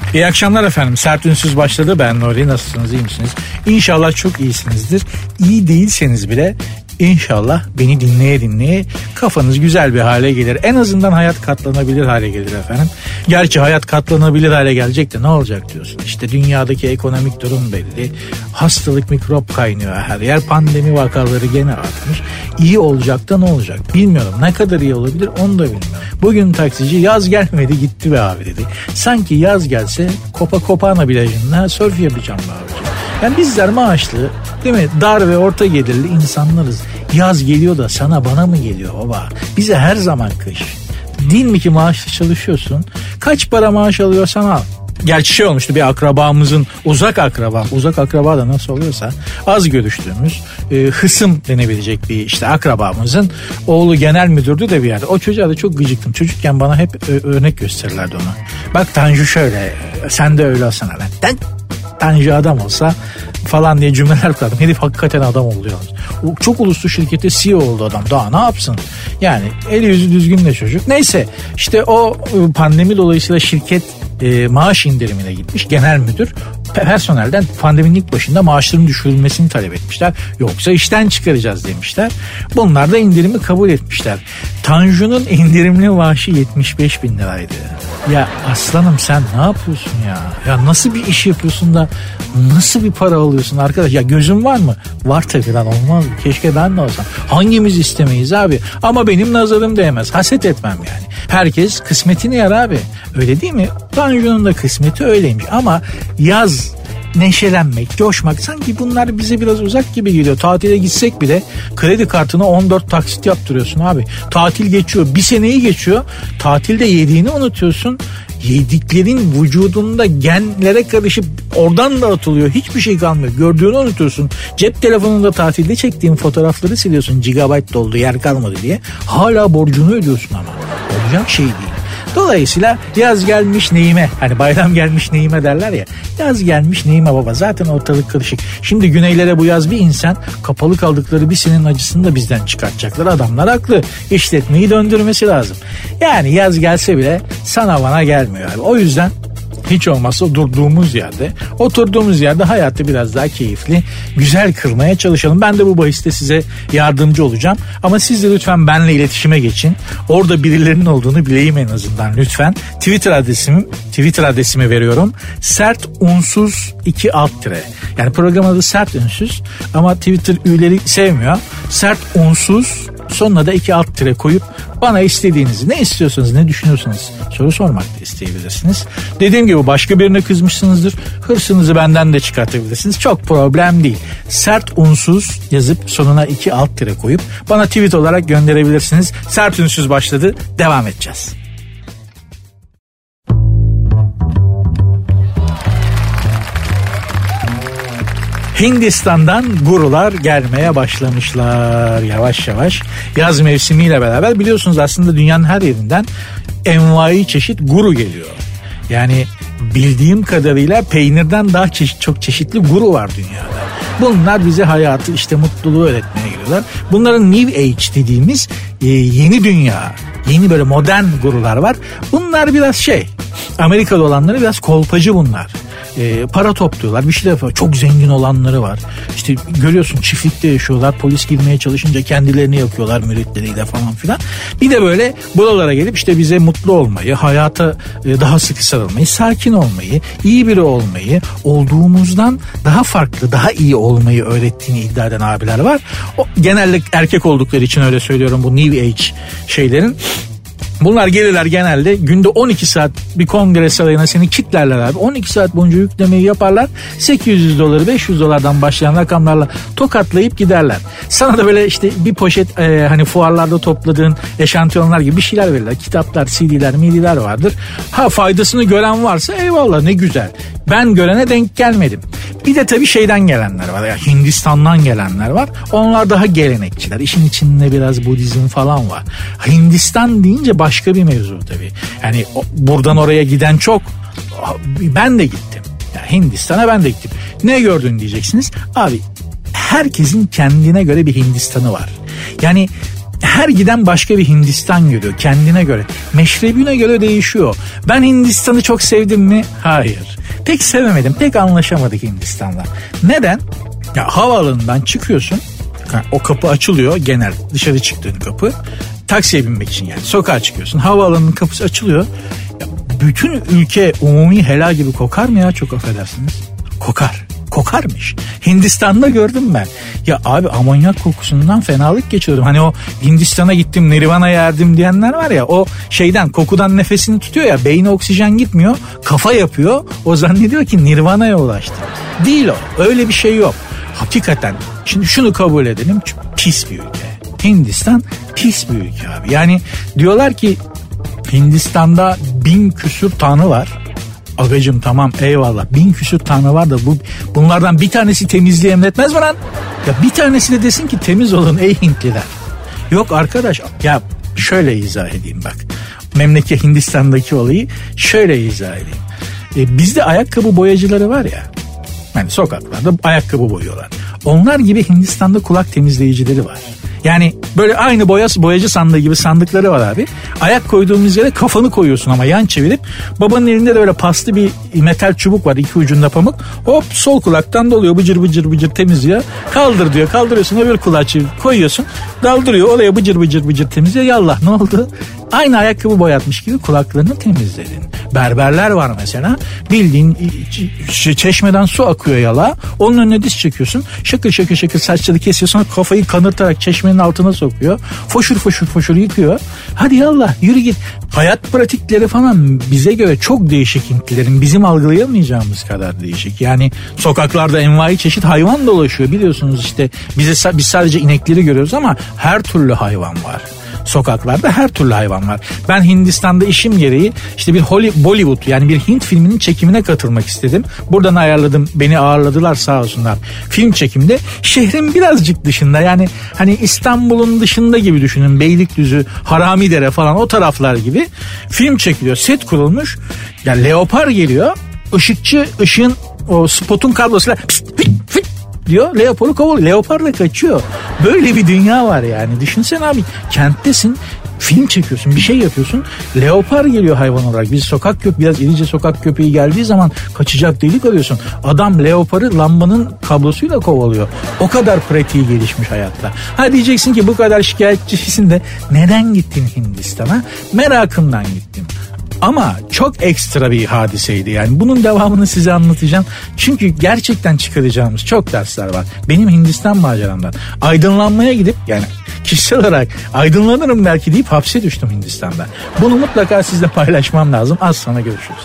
İyi akşamlar efendim. Sert Ünsüz başladı. Ben Nuri. Nasılsınız? İyi misiniz? İnşallah çok iyisinizdir. İyi değilseniz bile İnşallah beni dinleye kafanız güzel bir hale gelir. En azından hayat katlanabilir hale gelir efendim. Gerçi hayat katlanabilir hale gelecek de ne olacak diyorsun. İşte dünyadaki ekonomik durum belli. Hastalık, mikrop kaynıyor her yer. Pandemi vakaları gene artmış. İyi olacak da ne olacak bilmiyorum. Ne kadar iyi olabilir onu da bilmiyorum. Bugün taksici yaz gelmedi gitti be abi dedi. Sanki yaz gelse Copacabana plajında sörf yapacağım be abicim. Yani bizler maaşlı, değil mi? Dar ve orta gelirli insanlarız. Yaz geliyor da sana bana mı geliyor baba? Bize her zaman kış. Değil mi ki maaşlı çalışıyorsun? Kaç para maaş alıyorsan al. Gerçi şey olmuştu, bir akrabamızın, uzak akraba da nasıl oluyorsa az görüştüğümüz hısım denebilecek bir işte akrabamızın oğlu genel müdürdü de bir yerde. O çocuğa da çok gıcıktım. Çocukken bana hep örnek gösterirlerdi ona. Bak Tanju şöyle, sen de öyle olsana lan. Tanju adam olsa falan diye cümleler kurardım. Herif hakikaten adam oldu yalnız. Çok uluslu şirkette CEO oldu adam. Daha ne yapsın? Yani eli yüzü düzgün de çocuk. Neyse işte o pandemi dolayısıyla şirket maaş indirimine gitmiş. Genel müdür personelden pandeminin ilk başında maaşların düşürülmesini talep etmişler. Yoksa işten çıkaracağız demişler. Bunlar da indirimi kabul etmişler. Tanju'nun indirimli maaşı 75.000 liraydı. Ya aslanım sen ne yapıyorsun ya? Ya nasıl bir iş yapıyorsun da nasıl bir para alıyorsun arkadaş? Ya gözün var mı? Var tabii lan, olmaz mı? Keşke ben de olsam. Hangimiz istemeyiz abi? Ama benim nazarım değmez. Haset etmem yani. Herkes kısmetini yer abi. Öyle değil mi? Tanju'nun da kısmeti öyleymiş. Ama yaz, neşelenmek, coşmak sanki bunlar bize biraz uzak gibi geliyor. Tatile gitsek bile kredi kartına 14 taksit yaptırıyorsun abi. Tatil geçiyor. Bir seneyi geçiyor. Tatilde yediğini unutuyorsun. Yediklerin vücudunda genlere karışıp oradan da atılıyor. Hiçbir şey kalmıyor. Gördüğünü unutuyorsun. Cep telefonunda tatilde çektiğin fotoğrafları siliyorsun. Gigabyte doldu, yer kalmadı diye. Hala borcunu ödüyorsun ama. Olacak şey değil. Dolayısıyla yaz gelmiş neyime, hani bayram gelmiş neyime derler ya, yaz gelmiş neyime baba, zaten ortalık karışık. Şimdi güneylere bu yaz bir insan, kapalı kaldıkları bir senenin acısını da bizden çıkartacaklar. Adamlar haklı, işletmeyi döndürmesi lazım. Yani yaz gelse bile sana bana gelmiyor abi. O yüzden hiç olmazsa oturduğumuz yerde hayatı biraz daha keyifli, güzel kırmaya çalışalım. Ben de bu bahiste size yardımcı olacağım. Ama siz de lütfen benimle iletişime geçin. Orada birilerinin olduğunu bileyim en azından lütfen. Twitter adresimi veriyorum. Sert unsuz 2 alt tire. Yani program adı Sert Ünsüz ama Twitter üyeleri sevmiyor. Sert unsuz sonuna da 2 alt tire koyup bana istediğinizi, ne istiyorsanız, ne düşünüyorsanız soru sormak da isteyebilirsiniz. Dediğim gibi başka birine kızmışsınızdır. Hırsınızı benden de çıkartabilirsiniz. Çok problem değil. Sert unsuz yazıp sonuna 2 alt tire koyup bana tweet olarak gönderebilirsiniz. Sert Ünsüz başladı. Devam edeceğiz. Hindistan'dan gurular gelmeye başlamışlar yavaş yavaş. Yaz mevsimiyle beraber biliyorsunuz aslında dünyanın her yerinden envai çeşit guru geliyor. Yani bildiğim kadarıyla peynirden daha çok çeşitli guru var dünyada. Bunlar bize hayatı, işte mutluluğu öğretmeye geliyorlar. Bunların New Age dediğimiz yeni dünya, yeni böyle modern gurular var. Bunlar biraz Amerika'da olanları biraz kolpacı bunlar. Para topluyorlar, bir şeyler yapıyorlar. Çok zengin olanları var. İşte görüyorsun çiftlikte yaşıyorlar. Polis girmeye çalışınca kendilerini yakıyorlar müritleriyle falan filan. Bir de böyle buralara gelip işte bize mutlu olmayı, hayata daha sıkı sarılmayı, sakin olmayı, iyi biri olmayı, olduğumuzdan daha farklı, daha iyi olmayı öğrettiğini iddia eden abiler var. Genelde erkek oldukları için öyle söylüyorum, bu New Age şeylerin. Bunlar gelirler genelde günde 12 saat bir kongre sarayına seni kitlerler abi. 12 saat boyunca yüklemeyi yaparlar. $800, $500'dan başlayan rakamlarla tokatlayıp giderler. Sana da böyle işte bir poşet hani fuarlarda topladığın eşantiyonlar gibi bir şeyler verirler. Kitaplar, CD'ler, MID'ler vardır. Ha, faydasını gören varsa eyvallah, ne güzel. Ben görene denk gelmedim. Bir de tabii şeyden gelenler var. Yani Hindistan'dan gelenler var. Onlar daha gelenekçiler. İşin içinde biraz Budizm falan var. Hindistan deyince başka bir mevzu tabii. Yani buradan oraya giden çok. Ben de gittim. Yani Hindistan'a ben de gittim. Ne gördün diyeceksiniz. Abi herkesin kendine göre bir Hindistan'ı var. Yani her giden başka bir Hindistan görüyor kendine göre. Meşrebine göre değişiyor. Ben Hindistan'ı çok sevdim mi? Hayır. Pek sevemedim. Pek anlaşamadık Hindistan'la. Neden? Ya havaalanından çıkıyorsun. O kapı açılıyor genel. Dışarı çıktığın kapı. Taksiye binmek için yani. Sokağa çıkıyorsun. Havaalanının kapısı açılıyor. Ya bütün ülke umumi helal gibi kokar mı ya, çok affedersiniz? Kokar. Kokarmış. Hindistan'da gördüm ben. Ya abi amonyak kokusundan fenalık geçiyordum. Hani o Hindistan'a gittim Nirvana'ya erdim diyenler var ya, o şeyden, kokudan nefesini tutuyor ya, beyne oksijen gitmiyor, kafa yapıyor, o zannediyor ki Nirvana'ya ulaştı. Değil o, öyle bir şey yok. Hakikaten şimdi şunu kabul edelim, pis bir ülke. Hindistan pis bir ülke abi. Yani diyorlar ki Hindistan'da 1000 küsür tanrı var. Agacım tamam eyvallah, 1000 küsür tanrı var da bunlardan bir tanesi temizliği emretmez mi lan? Ya bir tanesi de desin ki temiz olun ey Hintliler. Yok arkadaş, ya şöyle izah edeyim bak. Memleket Hindistan'daki olayı şöyle izah edeyim. Bizde ayakkabı boyacıları var ya. Yani sokaklarda ayakkabı boyuyorlar. Onlar gibi Hindistan'da kulak temizleyicileri var. Yani böyle aynı boyacı sandığı gibi sandıkları var abi. Ayak koyduğumuz yere kafanı koyuyorsun ama yan çevirip, babanın elinde de öyle paslı bir metal çubuk var, iki ucunda pamuk. Hop sol kulaktan doluyor, bıcır bıcır bıcır temizliyor. Kaldır diyor, kaldırıyorsun, öbür kulağı koyuyorsun, daldırıyor, oraya bıcır bıcır bıcır temizliyor. Yallah ne oldu? Aynı ayakkabı boyatmış gibi kulaklarını temizledin. Berberler var mesela, bildiğin çeşmeden su akıyor yala, onun önüne diz çekiyorsun, şakır şakır şakır saçları kesiyor, sonra kafayı kanırtarak çeşmenin altına sokuyor, foşur foşur foşur yıkıyor. Hadi yallah yürü git. Hayat pratikleri falan bize göre çok değişik Hintlilerin, bizim algılayamayacağımız kadar değişik. Yani sokaklarda envai çeşit hayvan dolaşıyor biliyorsunuz, işte biz sadece inekleri görüyoruz ama her türlü hayvan var. Sokaklarda her türlü hayvan var. Ben Hindistan'da işim gereği işte bir Bollywood, yani bir Hint filminin çekimine katılmak istedim. Buradan ayarladım, beni ağırladılar sağ olsunlar. Film çekimde şehrin birazcık dışında, yani hani İstanbul'un dışında gibi düşünün. Beylikdüzü, Haramidere falan o taraflar gibi film çekiliyor. Set kurulmuş. Ya leopar geliyor. Işığın o spotun kablosuyla diyor, leoparı kovalıyor. Leopar da kaçıyor. Böyle bir dünya var yani. Düşünsene abi, kenttesin, film çekiyorsun, bir şey yapıyorsun, leopar geliyor hayvan olarak. Biraz irice sokak köpeği geldiği zaman kaçacak delik arıyorsun. Adam leoparı lambanın kablosuyla kovalıyor. O kadar pratiği gelişmiş hayatta. Ha diyeceksin ki bu kadar şikayetçisin de neden gittin Hindistan'a? Merakımdan gittim. Ama çok ekstra bir hadiseydi yani. Bunun devamını size anlatacağım. Çünkü gerçekten çıkaracağımız çok dersler var. Benim Hindistan maceramdan. Aydınlanmaya gidip, yani kişisel olarak aydınlanırım belki deyip hapse düştüm Hindistan'da. Bunu mutlaka sizle paylaşmam lazım. Az sonra görüşürüz.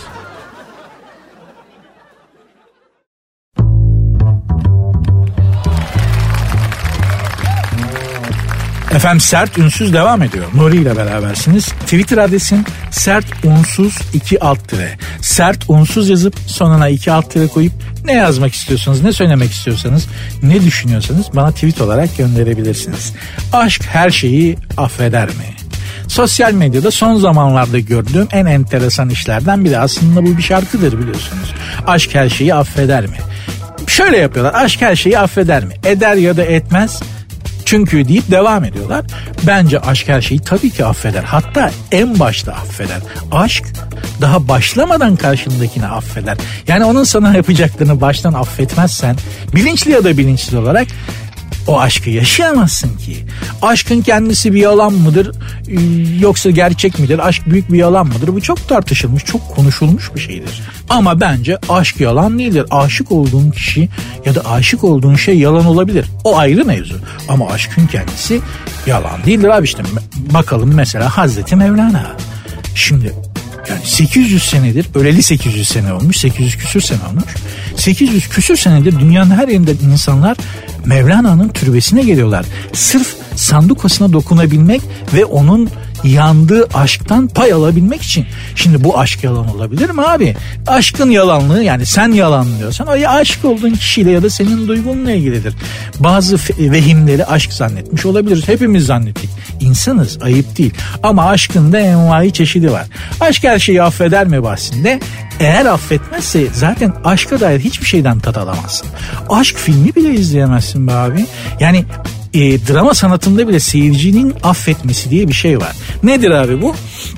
Efendim Sert Ünsüz devam ediyor. Nuri ile berabersiniz. Twitter adresim sertunsuz2alt-. Sert unsuz yazıp sonuna 2alt- koyup ne yazmak istiyorsanız, ne söylemek istiyorsanız, ne düşünüyorsanız bana tweet olarak gönderebilirsiniz. Aşk her şeyi affeder mi? Sosyal medyada son zamanlarda gördüğüm en enteresan işlerden biri. Aslında bu bir şarkıdır biliyorsunuz. Aşk her şeyi affeder mi? Şöyle yapıyorlar. Aşk her şeyi affeder mi? Eder ya da etmez. Çünkü deyip devam ediyorlar. Bence aşk her şeyi tabii ki affeder. Hatta en başta affeder. Aşk daha başlamadan karşındakini affeder. Yani onun sana yapacaklarını baştan affetmezsen, bilinçli ya da bilinçsiz olarak o aşkı yaşayamazsın ki. Aşkın kendisi bir yalan mıdır yoksa gerçek midir? Aşk büyük bir yalan mıdır? Bu çok tartışılmış, çok konuşulmuş bir şeydir. Ama bence aşk yalan değildir. Aşık olduğun kişi ya da aşık olduğun şey yalan olabilir. O ayrı mevzu. Ama aşkın kendisi yalan değildir abi. İşte bakalım mesela Hazreti Mevlana. Şimdi yani 800 senedir, öleli 800 sene olmuş, 800 küsür sene olmuş. 800 küsür senedir dünyanın her yerinde insanlar Mevlana'nın türbesine geliyorlar. Sırf sandukasına dokunabilmek ve onun yandığı aşktan pay alabilmek için. Şimdi bu aşk yalan olabilir mi abi? Aşkın yalanlığı, yani sen yalanlıyorsan o ya aşık olduğun kişiyle ya da senin duygunla ilgilidir. Bazı vehimleri aşk zannetmiş olabiliriz. Hepimiz zannettik. İnsanız, ayıp değil. Ama aşkın da envai çeşidi var. Aşk her şeyi affeder mi bahsinde? Eğer affetmezse zaten aşka dair hiçbir şeyden tat alamazsın. Aşk filmi bile izleyemezsin be abi. Yani drama sanatında bile seyircinin affetmesi diye bir şey var. Nedir abi bu?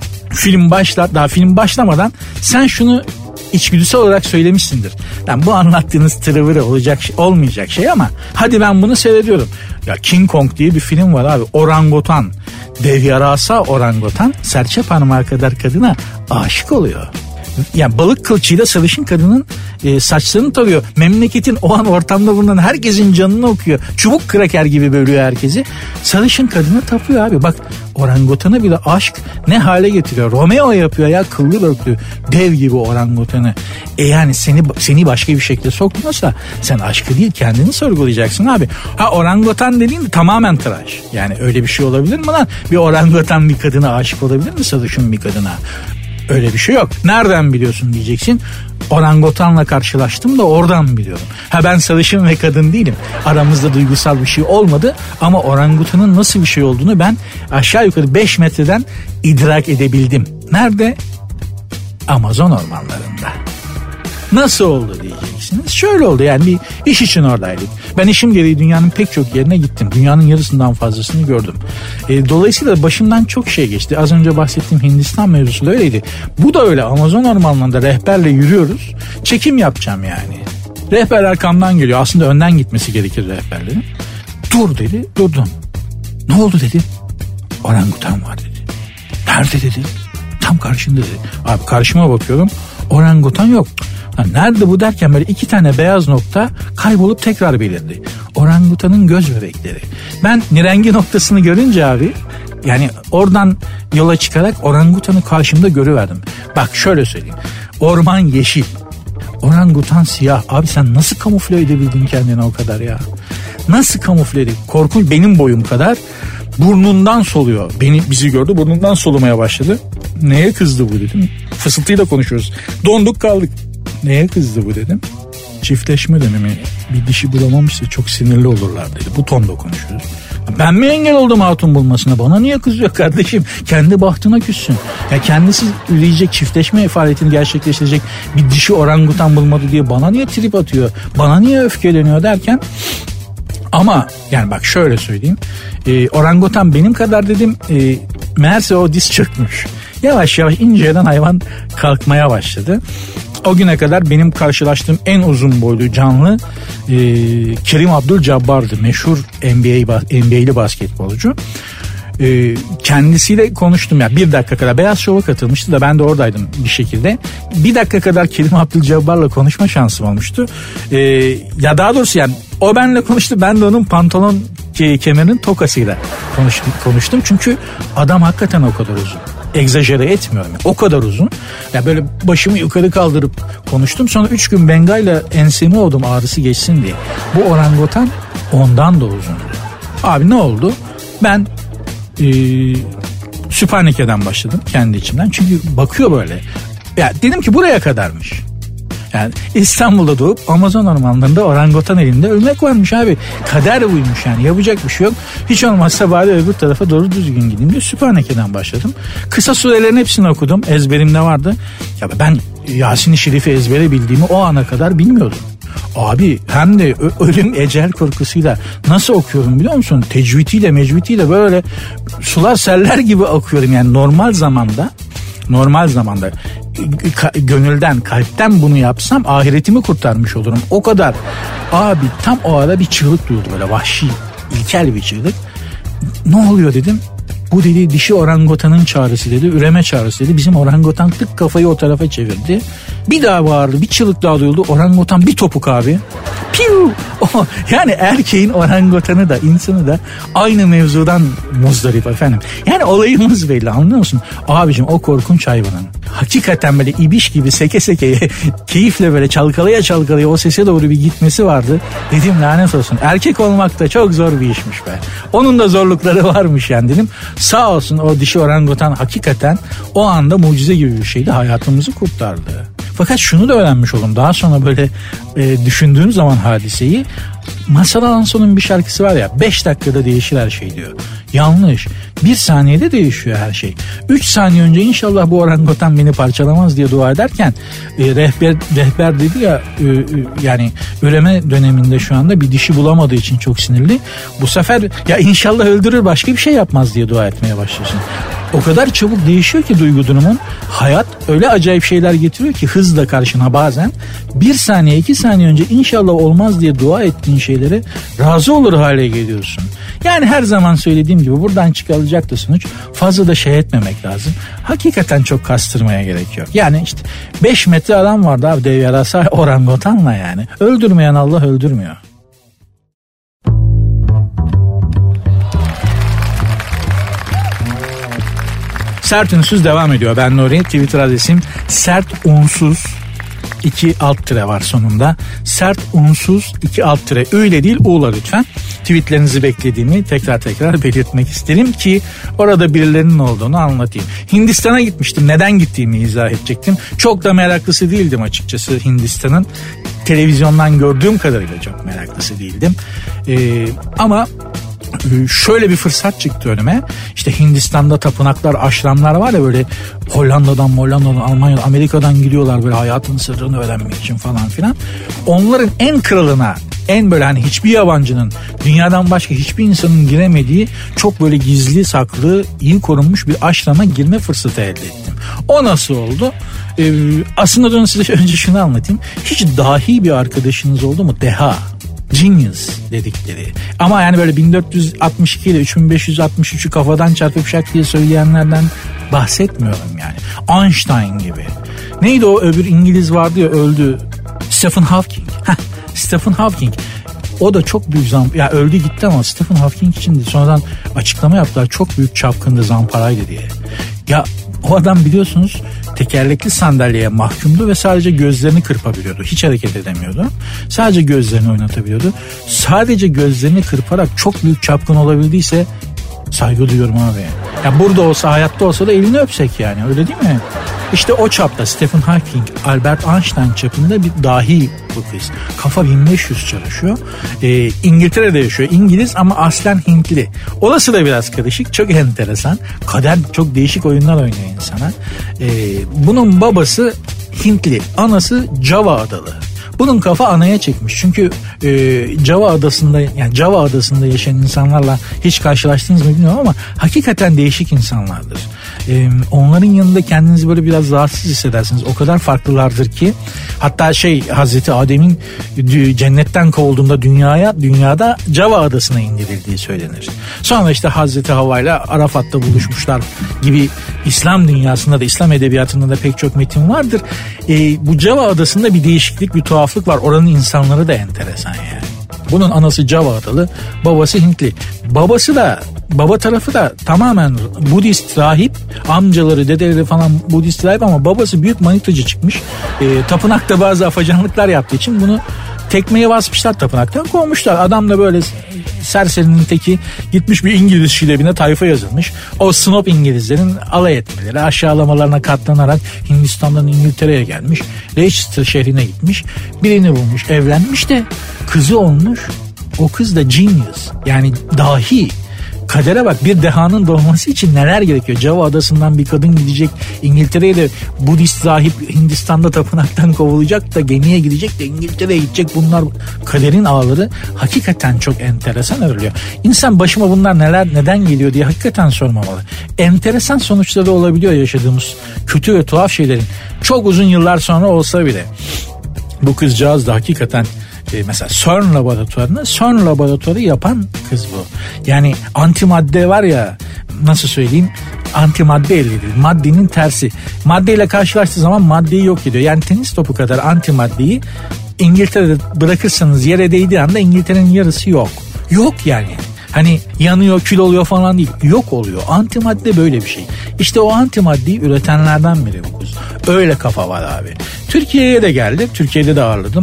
Daha film başlamadan sen şunu içgüdüsel olarak söylemişsindir. Yani bu anlattığınız tırıvırı olmayacak şey ama hadi ben bunu seyrediyorum. Ya King Kong diye bir film var abi. Orangutan, dev yarasa orangutan serçe parmağı kadar kadına aşık oluyor. Yani balık kılçığıyla sarışın kadının saçlarını tarıyor. Memleketin o an ortamda bulunan herkesin canını okuyor. Çubuk kraker gibi bölüyor herkesi. Sarışın kadını tapıyor abi. Bak orangutanı bile aşk ne hale getiriyor. Romeo yapıyor ya, kıllı börklü dev gibi orangutanı. Yani seni başka bir şekilde sokmuyorsa sen aşkı değil kendini sorgulayacaksın abi. Ha orangutan dediğin tamamen tıraş. Yani öyle bir şey olabilir mi lan? Bir orangutan bir kadına aşık olabilir mi, sarışın bir kadına? Öyle bir şey yok. Nereden biliyorsun diyeceksin. Orangutanla karşılaştım da oradan biliyorum. Ha ben sarışın ve kadın değilim. Aramızda duygusal bir şey olmadı ama orangutanın nasıl bir şey olduğunu ben aşağı yukarı 5 metreden idrak edebildim. Nerede? Amazon ormanlarında. Nasıl oldu diyeceksiniz. Şöyle oldu, yani bir iş için oradaydık. Ben işim gereği dünyanın pek çok yerine gittim. Dünyanın yarısından fazlasını gördüm. Dolayısıyla başımdan çok şey geçti. Az önce bahsettiğim Hindistan mevzusu da öyleydi. Bu da öyle. Amazon ormanlarında rehberle yürüyoruz. Çekim yapacağım yani. Rehber arkamdan geliyor. Aslında önden gitmesi gerekir rehberlerin. Dur dedi. Durdum. Ne oldu dedi. Orangutan var dedi. Nerede dedi. Tam karşında dedi. Abi karşıma bakıyorum. Orangutan yok. Nerede bu derken böyle 2 tane beyaz nokta kaybolup tekrar belirdi. Orangutanın göz bebekleri. Ben nirengi noktasını görünce abi, yani oradan yola çıkarak orangutanı karşımda görüverdim. Bak şöyle söyleyeyim. Orman yeşil. Orangutan siyah. Abi sen nasıl kamufle edebildin kendini o kadar ya? Nasıl kamufle edebildin? Korkunç, benim boyum kadar. Burnundan soluyor. Bizi gördü, burnundan solumaya başladı. Neye kızdı bu dedim. Fısıltıyla konuşuyoruz. Donduk kaldık. Neye kızdı bu dedim. Çiftleşme dönemi, bir dişi bulamamışsa çok sinirli olurlar dedi. Bu tonda konuşuyoruz. Ben mi engel oldum hatun bulmasına? Bana niye kızıyor kardeşim? Kendi bahtına küssün. Ya kendisi üreyecek, çiftleşme faaliyetini gerçekleştirecek bir dişi orangutan bulmadı diye bana niye trip atıyor? Bana niye öfkeleniyor derken, ama yani bak şöyle söyleyeyim. Orangutan benim kadar dedim. Meğerse o diz çökmüş. Yavaş yavaş inceden hayvan kalkmaya başladı. O güne kadar benim karşılaştığım en uzun boylu canlı Kerim Abdul-Jabbar'dı. Meşhur NBA'li basketbolcu. Kendisiyle konuştum ya, 1 dakika kadar. Beyaz Şov'a katılmıştı da ben de oradaydım bir şekilde. 1 dakika kadar Kerim Abdul-Jabbar'la konuşma şansım olmuştu. Ya daha doğrusu yani o benimle konuştu, ben de onun pantolon kemerinin tokasıyla konuştum. Çünkü adam hakikaten o kadar uzun. Egzajere etmiyorum. O kadar uzun. Ya böyle başımı yukarı kaldırıp konuştum. Sonra 3 gün bengayla ensemi oldum ağrısı geçsin diye. Bu orangutan ondan da uzundu. Abi ne oldu? Ben Sübhaneke'den başladım kendi içimden. Çünkü bakıyor böyle. Ya dedim ki buraya kadarmış. Yani İstanbul'da doğup Amazon ormanlarında orangutan elinde ölmek varmış abi. Kader buymuş yani, yapacak bir şey yok. Hiç olmazsa bari öbür tarafa doğru düzgün gideyim diye Sübhaneke'den başladım. Kısa surelerin hepsini okudum. Ezberimde vardı. Ya ben Yasin-i Şerif'i ezbere bildiğimi o ana kadar bilmiyordum. Abi hem de ölüm ecel korkusuyla nasıl okuyorum biliyor musun? Tecvitiyle mecvitiyle böyle sular seller gibi okuyorum yani normal zamanda gönülden, kalpten bunu yapsam ahiretimi kurtarmış olurum. O kadar. Abi tam o ara bir çığlık duyuldu, böyle vahşi, ilkel bir çığlık. Ne oluyor dedim. Bu dedi dişi orangutanın çağrısı dedi, üreme çağrısı dedi. Bizim orangutan tık kafayı o tarafa çevirdi. Bir daha bağırdı, bir çığlık daha duyuldu. Orangutan bir topuk abi. Piu! Yani erkeğin orangutanı da insanı da aynı mevzudan muzdarip efendim. Yani olayımız belli, anlıyor musun? Abicim o korkunç hayvanın hakikaten böyle ibiş gibi seke seke keyifle böyle çalkalaya o sese doğru bir gitmesi vardı. Dedim lanet olsun, erkek olmak da çok zor bir işmiş be. Onun da zorlukları varmış yani dedim. Sağ olsun o dişi orangutan hakikaten o anda mucize gibi bir şeydi, hayatımızı kurtardı. Fakat şunu da öğrenmiş oldum. Daha sonra böyle düşündüğüm zaman hadiseyi, Mazhar Alanson'un bir şarkısı var ya, 5 dakikada değişir her şey diyor. Yanlış. 1 saniyede değişiyor her şey. 3 saniye önce inşallah bu orangutan beni parçalamaz diye dua ederken rehber dedi ya, yani üreme döneminde şu anda bir dişi bulamadığı için çok sinirli. Bu sefer ya inşallah öldürür, başka bir şey yapmaz diye dua etmeye başlıyorsun. O kadar çabuk değişiyor ki duygu durumun. Hayat öyle acayip şeyler getiriyor ki hızla karşına bazen. 1 saniye 2 saniye önce inşallah olmaz diye dua ettiğin şeylere razı olur hale geliyorsun. Yani her zaman söylediğim gibi buradan çıkarılacak da sonuç, fazla da şey etmemek lazım. Hakikaten çok kastırmaya gerek yok. Yani işte 5 metre adam vardı abi, dev yarasa orangutanla yani. Öldürmeyen Allah öldürmüyor. Sert Unsuz devam ediyor. Ben Nuri. Twitter adresim sert unsuz 2 alt tire var sonunda. Sert unsuz 2 alt tire. Öyle değil, u'la lütfen. Tweetlerinizi beklediğimi tekrar belirtmek isterim ki orada birilerinin olduğunu anlatayım. Hindistan'a gitmiştim. Neden gittiğimi izah edecektim. Çok da meraklısı değildim açıkçası Hindistan'ın. Televizyondan gördüğüm kadarıyla çok meraklısı değildim. Ama şöyle bir fırsat çıktı önüme. İşte Hindistan'da tapınaklar, aşramlar var ya, böyle Hollanda'dan, Almanya'dan, Amerika'dan gidiyorlar böyle hayatın sırrını öğrenmek için falan filan. Onların en kralına, en böyle hani hiçbir yabancının, dünyadan başka hiçbir insanın giremediği çok böyle gizli saklı, iyi korunmuş bir aşrama girme fırsatı elde ettim. O nasıl oldu? Aslında size önce şunu anlatayım. Hiç dahi bir arkadaşınız oldu mu? Deha. Genius dedikleri. Ama yani böyle 1462 ile 3563'ü kafadan çarpıp şak diye söyleyenlerden bahsetmiyorum yani. Einstein gibi. Neydi o öbür İngiliz vardı ya, öldü. Stephen Hawking. Stephen Hawking. O da çok büyük ya öldü gitti ama Stephen Hawking için de sonradan açıklama yaptılar. Çok büyük çapkındı, zamparaydı diye. Ya o adam biliyorsunuz tekerlekli sandalyeye mahkumdu ve sadece gözlerini kırpabiliyordu. Hiç hareket edemiyordu. Sadece gözlerini oynatabiliyordu. Sadece gözlerini kırparak çok büyük çapkın olabildiyse saygı duyuyorum abi. Ya burada olsa, hayatta olsa da elini öpsek yani, öyle değil mi? İşte o çapta Stephen Hawking, Albert Einstein çapında bir dahi bu kız. Kafa 1500 çalışıyor. İngiltere'de yaşıyor. İngiliz ama aslen Hintli. Orası da biraz karışık. Çok enteresan. Kader çok değişik oyunlar oynuyor insana. Bunun babası Hintli. Anası Java adalı. Bunun kafa anaya çekmiş. Çünkü Java adasında yaşayan insanlarla hiç karşılaştınız mı bilmiyorum ama hakikaten değişik insanlardır. Onların yanında kendinizi böyle biraz rahatsız hissedersiniz. O kadar farklılardır ki, hatta Hazreti Adem'in cennetten kovulduğunda dünyada Java adasına indirildiği söylenir. Sonra işte Hazreti Havva ile Arafat'ta buluşmuşlar gibi İslam dünyasında da, İslam edebiyatında da pek çok metin vardır. Bu Java adasında bir değişiklik, bir tuhaflık var. Oranın insanları da enteresan yani. Bunun anası Java adalı, babası Hintli. Baba tarafı da tamamen Budist rahip, amcaları, dedeleri falan Budist rahip ama babası büyük manitacı çıkmış. Tapınakta bazı afacanlıklar yaptığı için bunu tekmeye basmışlar, tapınaktan kovmuşlar. Adam da böyle serserinin teki gitmiş bir İngiliz şilebine tayfa yazılmış. O snob İngilizlerin alay etmeleri, aşağılamalarına katlanarak Hindistan'dan İngiltere'ye gelmiş. Leicester şehrine gitmiş. Birini bulmuş, evlenmiş de kızı olmuş. O kız da genius, yani dahi. Kadere bak, bir dehanın doğması için neler gerekiyor? Java adasından bir kadın gidecek İngiltere'ye de, Budist rahip Hindistan'da tapınaktan kovulacak da gemiye gidecek de İngiltere'ye gidecek. Bunlar kaderin ağları, hakikaten çok enteresan örülüyor. İnsan başıma bunlar neden geliyor diye hakikaten sormamalı. Enteresan sonuçları olabiliyor yaşadığımız kötü ve tuhaf şeylerin. Çok uzun yıllar sonra olsa bile. Bu kızcağız da hakikaten mesela CERN laboratuvarı yapan kız bu. Yani antimadde var ya, nasıl söyleyeyim, antimadde elde ediyor. Maddenin tersi. Maddeyle karşılaştığı zaman maddeyi yok ediyor. Yani tenis topu kadar antimaddeyi İngiltere'de bırakırsanız yere değdiği anda İngiltere'nin yarısı yok. Yok yani. Hani yanıyor, kül oluyor falan değil. Yok oluyor. Antimadde böyle bir şey. İşte o antimaddeyi üretenlerden biri bu kız. Öyle kafa var abi. Türkiye'ye de geldi. Türkiye'de de ağırladım.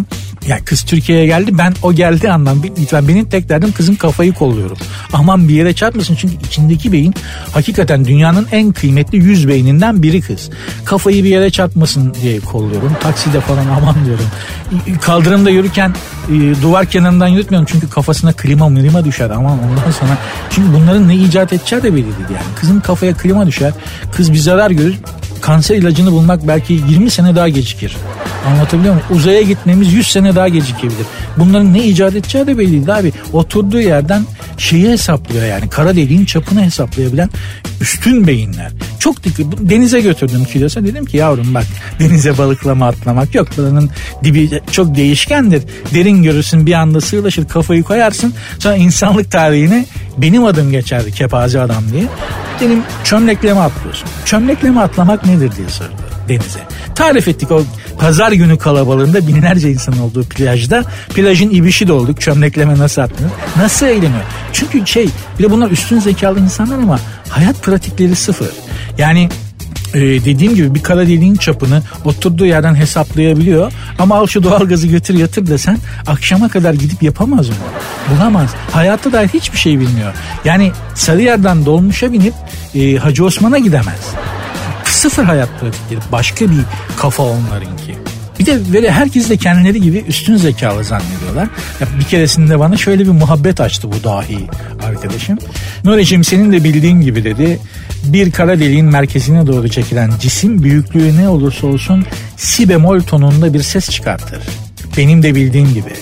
Yani kız Türkiye'ye geldi, ben o geldiği andan lütfen benim tek derdim kızın kafayı kolluyorum. Aman bir yere çarpmasın, çünkü içindeki beyin hakikaten dünyanın en kıymetli 100 beyninden biri kız. Kafayı bir yere çarpmasın diye kolluyorum. Takside falan aman diyorum. Kaldırımda yürürken duvar kenarından yürütmüyorum çünkü kafasına klima düşer aman ondan sonra. Çünkü bunların ne icat edeceği de belli değil yani. Kızın kafaya klima düşer, kız bir zarar görür. Kanser ilacını bulmak belki 20 sene daha gecikir. Anlatabiliyor muyum? Uzaya gitmemiz 100 sene daha gecikebilir. Bunların ne icat edeceği de belli değil abi. Oturduğu yerden şeyi hesaplıyor yani. Kara deliğin çapını hesaplayabilen üstün beyinler. Çok dikkat. Denize götürdüm kilosa. Dedim ki yavrum bak, denize balıklama atlamak yok. Buranın dibi çok değişkendir. Derin görürsün, bir anda sığlaşır, kafayı koyarsın. Sonra insanlık tarihine benim adım geçerdi kepaze adam diye. Dedim çömlekleme atlıyorsun. Çömlekleme atlamak nedir diye sordu denize. Tarif ettik o pazar günü kalabalığında binlerce insan olduğu plajda. Plajın ibişi de olduk. Çömlekleme nasıl atlanır? Nasıl eğleniyor? Çünkü bir de bunlar üstün zekalı insanlar ama hayat pratikleri sıfır. Yani dediğim gibi bir kara deliğin çapını oturduğu yerden hesaplayabiliyor. Ama al şu doğalgazı götür yatır desen akşama kadar gidip yapamaz mı? Bulamaz. Hayatta dair hiçbir şey bilmiyor. Yani Sarıyer'den dolmuşa binip Hacı Osman'a gidemez. Sıfır hayat pratikleri. Başka bir kafa onlarınki. Bir de böyle herkes de kendileri gibi üstün zekalı zannediyorlar. Ya bir keresinde bana şöyle bir muhabbet açtı bu dahi arkadaşım. Nuri'cim senin de bildiğin gibi dedi. Bir kara deliğin merkezine doğru çekilen cisim büyüklüğü ne olursa olsun si bemol tonunda bir ses çıkartır. Benim de bildiğim gibi.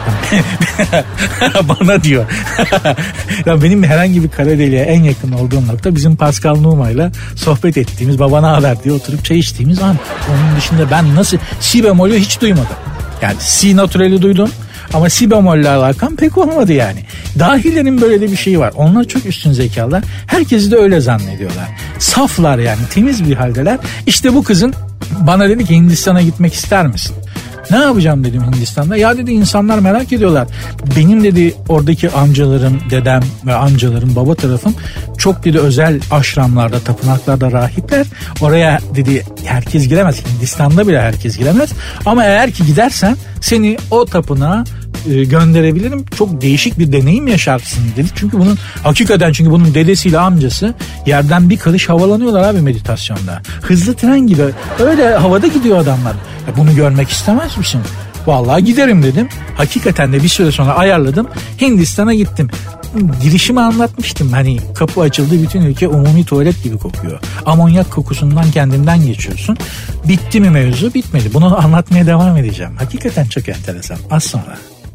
Bana diyor. Ya benim herhangi bir kara deliğe en yakın olduğum nokta bizim Pascal Numa'yla sohbet ettiğimiz, babana haber diye oturup çay içtiğimiz an. Onun dışında ben nasıl si bemolü hiç duymadım. Yani si naturali duydum ama si bemolle alakam pek olmadı yani. Dahilerin böyle de bir şeyi var. Onlar çok üstün zekalar. Herkesi de öyle zannediyorlar. Saflar yani, temiz bir haldeler. İşte bu kızın bana dedi ki Hindistan'a gitmek ister misin? Ne yapacağım dedim Hindistan'da. Ya dedi insanlar merak ediyorlar. Benim dedi oradaki amcalarım, dedem ve amcalarım, baba tarafım çok dedi özel aşramlarda, tapınaklarda rahipler. Oraya dedi herkes giremez. Hindistan'da bile herkes giremez. Ama eğer ki gidersen seni o tapınağa gönderebilirim. Çok değişik bir deneyim yaşarsın dedi. Çünkü bunun dedesiyle amcası yerden bir karış havalanıyorlar abi meditasyonda. Hızlı tren gibi öyle havada gidiyor adamlar. Ya bunu görmek istemez misin? Vallahi giderim dedim. Hakikaten de bir süre sonra ayarladım. Hindistan'a gittim. Girişimi anlatmıştım. Hani kapı açıldı, bütün ülke umumi tuvalet gibi kokuyor. Amonyak kokusundan kendinden geçiyorsun. Bitti mi mevzu? Bitmedi. Bunu anlatmaya devam edeceğim. Hakikaten çok enteresan. Az sonra.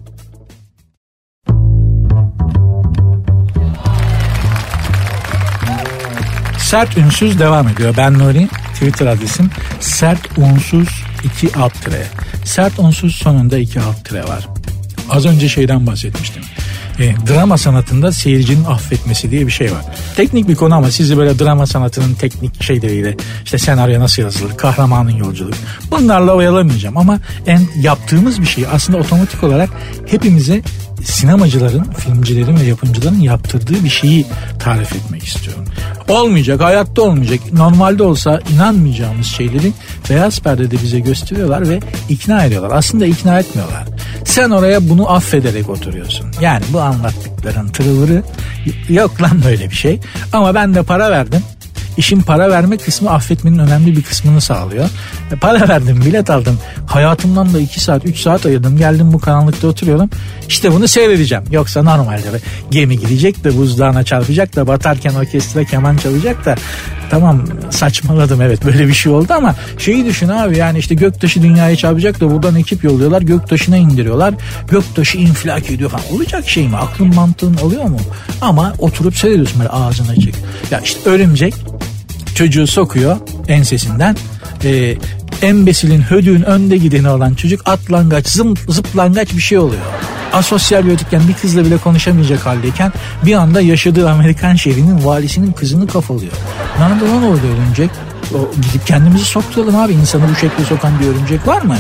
Sert Ünsüz devam ediyor. Ben Nuri. Twitter adresim sert unsuz 2 alt tire. Sert unsuz sonunda 2 alt tire var. Az önce şeyden bahsetmiştim. Drama sanatında seyircinin affetmesi diye bir şey var. Teknik bir konu ama sizi böyle drama sanatının teknik şeyleriyle, işte senaryo nasıl yazılır, kahramanın yolculuk, bunlarla oyalamayacağım ama yaptığımız bir şey aslında otomatik olarak hepimize sinemacıların, filmcilerin ve yapımcıların yaptırdığı bir şeyi tarif etmek istiyorum. Olmayacak, hayatta olmayacak, normalde olsa inanmayacağımız şeyleri beyaz perdede bize gösteriyorlar ve ikna ediyorlar. Aslında ikna etmiyorlar. Sen oraya bunu affederek oturuyorsun. Yani bu anlattıkların tırıvırı, yok lan böyle bir şey. Ama ben de para verdim. İşin para verme kısmı affetmenin önemli bir kısmını sağlıyor. Para verdim, bilet aldım. Hayatımdan da 2 saat 3 saat ayırdım. Geldim bu karanlıkta oturuyorum. İşte bunu seyredeceğim. Yoksa normalde gemi gidecek de buzdağına çarpacak da batarken orkestra keman çalacak da tamam saçmaladım, evet böyle bir şey oldu ama şeyi düşün abi, yani işte göktaşı dünyaya çarpacak da buradan ekip yolluyorlar, göktaşına indiriyorlar. Göktaşı infilak ediyor falan. Olacak şey mi? Aklın mantığın oluyor mu? Ama oturup seyrediyorsun böyle ağzını açık. Ya işte örümcek çocuğu sokuyor ensesinden. Embesilin, hödüğün önde gideni olan çocuk atlangaç, zıplangaç bir şey oluyor. Asosyal bir ötükken bir kızla bile konuşamayacak haldeyken bir anda yaşadığı Amerikan şehrinin valisinin kızını kafalıyor. Nerede lan orada örümcek? Gidip kendimizi sokturalım abi. İnsanı bu şekilde sokan bir örümcek var mı?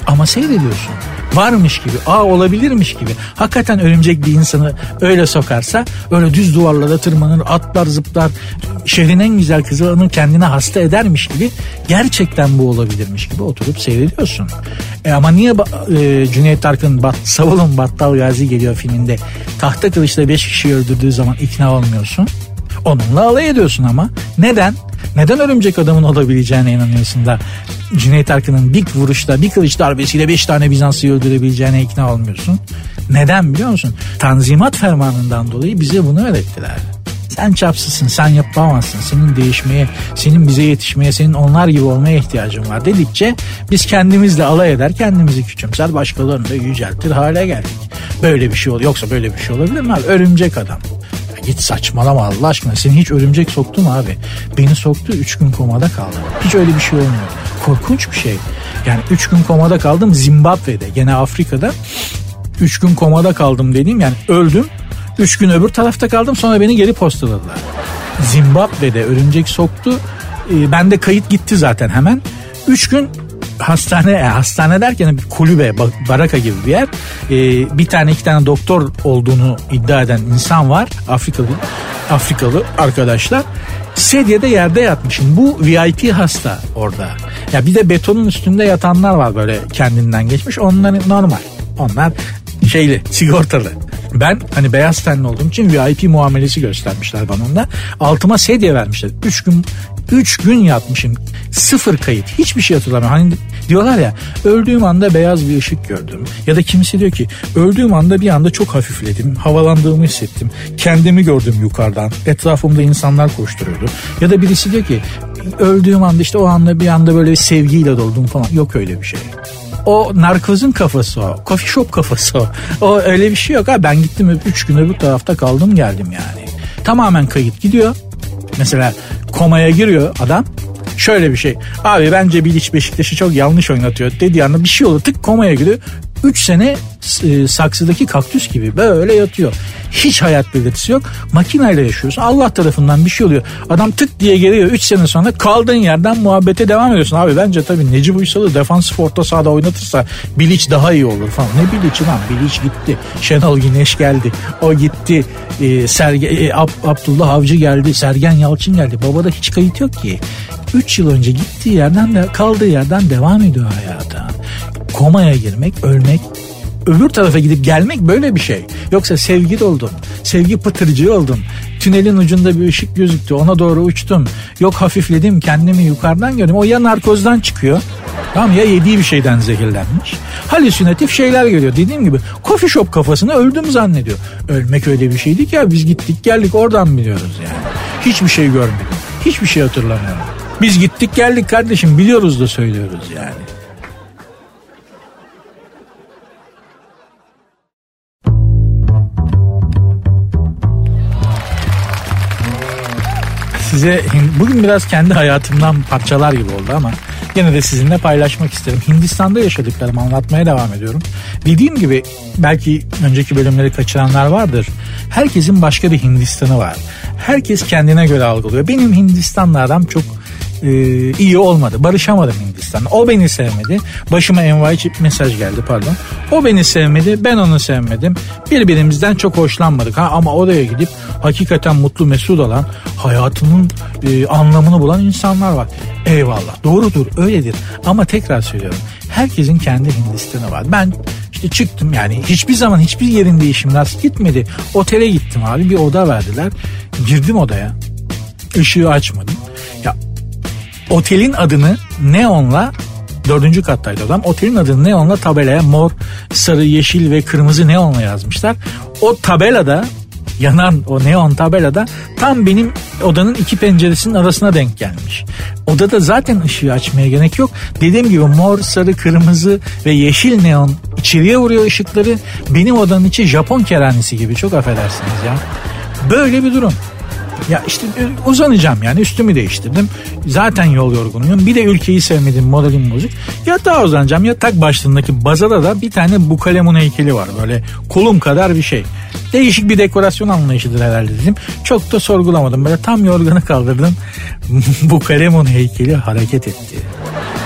Ama seyrediyorsun. Varmış gibi, olabilirmiş gibi. Hakikaten örümcek bir insanı öyle sokarsa öyle düz duvarlara tırmanır, atlar, zıplar, şehrin en güzel kızı onu kendine hasta edermiş gibi, gerçekten bu olabilirmiş gibi oturup seyrediyorsun. Ama niye Cüneyt Arkın'ın Savulun Battal Gazi Geliyor filminde tahta kılıçla 5 kişiyi öldürdüğü zaman ikna olmuyorsun? Onunla alay ediyorsun ama. Neden? Neden örümcek adamın olabileceğine inanıyorsun da Cüneyt Arkın'ın bir vuruşta, bir kılıç darbesiyle 5 tane Bizanslı'yı öldürebileceğine ikna olmuyorsun? Neden biliyor musun? Tanzimat fermanından dolayı bize bunu öğrettiler. Sen çapsızsın, sen yapamazsın. Senin değişmeye, senin bize yetişmeye, senin onlar gibi olmaya ihtiyacın var dedikçe biz kendimizle alay eder, kendimizi küçümser, başkalarını da yüceltir hale geldik. Böyle bir şey oluyor. Yoksa böyle bir şey olabilir mi abi? Örümcek adam. Git saçmalama Allah aşkına. Seni hiç örümcek soktu mu abi? Beni soktu, 3 gün komada kaldım. Hiç öyle bir şey olmuyor. Korkunç bir şey. Yani 3 gün komada kaldım Zimbabwe'de. Gene Afrika'da. 3 gün komada kaldım dediğim, yani öldüm. 3 gün öbür tarafta kaldım, sonra beni geri postaladılar. Zimbabwe'de örümcek soktu. Bende kayıt gitti zaten hemen. 3 gün hastane derken bir kulübe, baraka gibi bir yer. Bir tane 2 tane doktor olduğunu iddia eden insan var. Afrikalı arkadaşlar. Sedyede yerde yatmışım. Bu VIP hasta orada. Ya bir de betonun üstünde yatanlar var böyle kendinden geçmiş. Onlar normal. Onlar sigortalı. Ben hani beyaz tenli olduğum için VIP muamelesi göstermişler bana onda. Altıma sedye vermişler. 3 gün yatmışım. 0 kayıt. Hiçbir şey hatırlamıyorum. Hani diyorlar ya, öldüğüm anda beyaz bir ışık gördüm. Ya da kimisi diyor ki öldüğüm anda bir anda çok hafifledim. Havalandığımı hissettim. Kendimi gördüm yukarıdan. Etrafımda insanlar koşturuyordu. Ya da birisi diyor ki öldüğüm anda işte o anda bir anda böyle sevgiyle doldum falan. Yok öyle bir şey. O narkozun kafası o. Coffee shop kafası o. O öyle bir şey yok. Ben gittim 3 gün öbür tarafta kaldım geldim yani. Tamamen kayıt gidiyor. Mesela komaya giriyor adam. Şöyle bir şey. Abi bence Bilic Beşiktaş'ı çok yanlış oynatıyor dediği anda bir şey olur. Tık komaya giriyor. 3 sene saksıdaki kaktüs gibi böyle yatıyor. Hiç hayat belirtisi yok. Makineyle yaşıyorsun. Allah tarafından bir şey oluyor. Adam tık diye geliyor. 3 sene sonra kaldığın yerden muhabbete devam ediyorsun. Abi bence tabii Necip Uysal'ı defansif orta sahada oynatırsa Bilic daha iyi olur falan. Ne Bilic'i lan? Bilic gitti. Şenol Güneş geldi. O gitti. Abdullah Avcı geldi. Sergen Yalçın geldi. Babada hiç kayıt yok ki. 3 yıl önce gittiği yerden de kaldığı yerden devam ediyor hayata. Komaya girmek, ölmek, öbür tarafa gidip gelmek böyle bir şey. Yoksa sevgi doldum, sevgi pıtırcığı oldum. Tünelin ucunda bir ışık gözüktü, ona doğru uçtum. Yok hafifledim, kendimi yukarıdan gördüm. O ya narkozdan çıkıyor, tamam, ya yediği bir şeyden zehirlenmiş. Halüsinatif şeyler geliyor. Dediğim gibi coffee shop kafasına öldüm zannediyor. Ölmek öyle bir şeydi ki ya, biz gittik geldik oradan biliyoruz yani. Hiçbir şey görmedim, hiçbir şey hatırlamıyorum. Biz gittik geldik kardeşim, biliyoruz da söylüyoruz yani. Size bugün biraz kendi hayatımdan parçalar gibi oldu ama yine de sizinle paylaşmak isterim. Hindistan'da yaşadıklarımı anlatmaya devam ediyorum. Dediğim gibi, belki önceki bölümleri kaçıranlar vardır. Herkesin başka bir Hindistan'ı var. Herkes kendine göre algılıyor. Benim Hindistan'la aram çok iyi olmadı. Barışamadım Hindistan'la. O beni sevmedi. Başıma envai mesaj geldi, pardon. O beni sevmedi. Ben onu sevmedim. Birbirimizden çok hoşlanmadık. Ama oraya gidip hakikaten mutlu mesut olan, hayatının anlamını bulan insanlar var. Eyvallah. Doğrudur. Öyledir. Ama tekrar söylüyorum. Herkesin kendi Hindistan'ı var. Ben işte çıktım, yani hiçbir zaman hiçbir yerin değişim rast gitmedi. Otele gittim abi. Bir oda verdiler. Girdim odaya. Işığı açmadım. Ya otelin adını neonla, 4. kattaydı odam. Otelin adını neonla tabelaya mor, sarı, yeşil ve kırmızı neonla yazmışlar. O tabelada, yanan o neon tabelada tam benim odanın 2 penceresinin arasına denk gelmiş. Odada zaten ışığı açmaya gerek yok. Dediğim gibi mor, sarı, kırmızı ve yeşil neon içeriye vuruyor ışıkları. Benim odanın içi Japon kerhanesi gibi, çok affedersiniz ya. Böyle bir durum. Ya işte uzanacağım, yani üstümü değiştirdim. Zaten yol yorgunuyum. Bir de ülkeyi sevmedim, moralim bozuk. Yatağa uzanacağım. Yatak başlığındaki bazada da bir tane Bukalemun heykeli var. Böyle kolum kadar bir şey. Değişik bir dekorasyon anlayışıdır herhalde dedim. Çok da sorgulamadım. Böyle tam yorganı kaldırdım. Bukalemun heykeli hareket etti.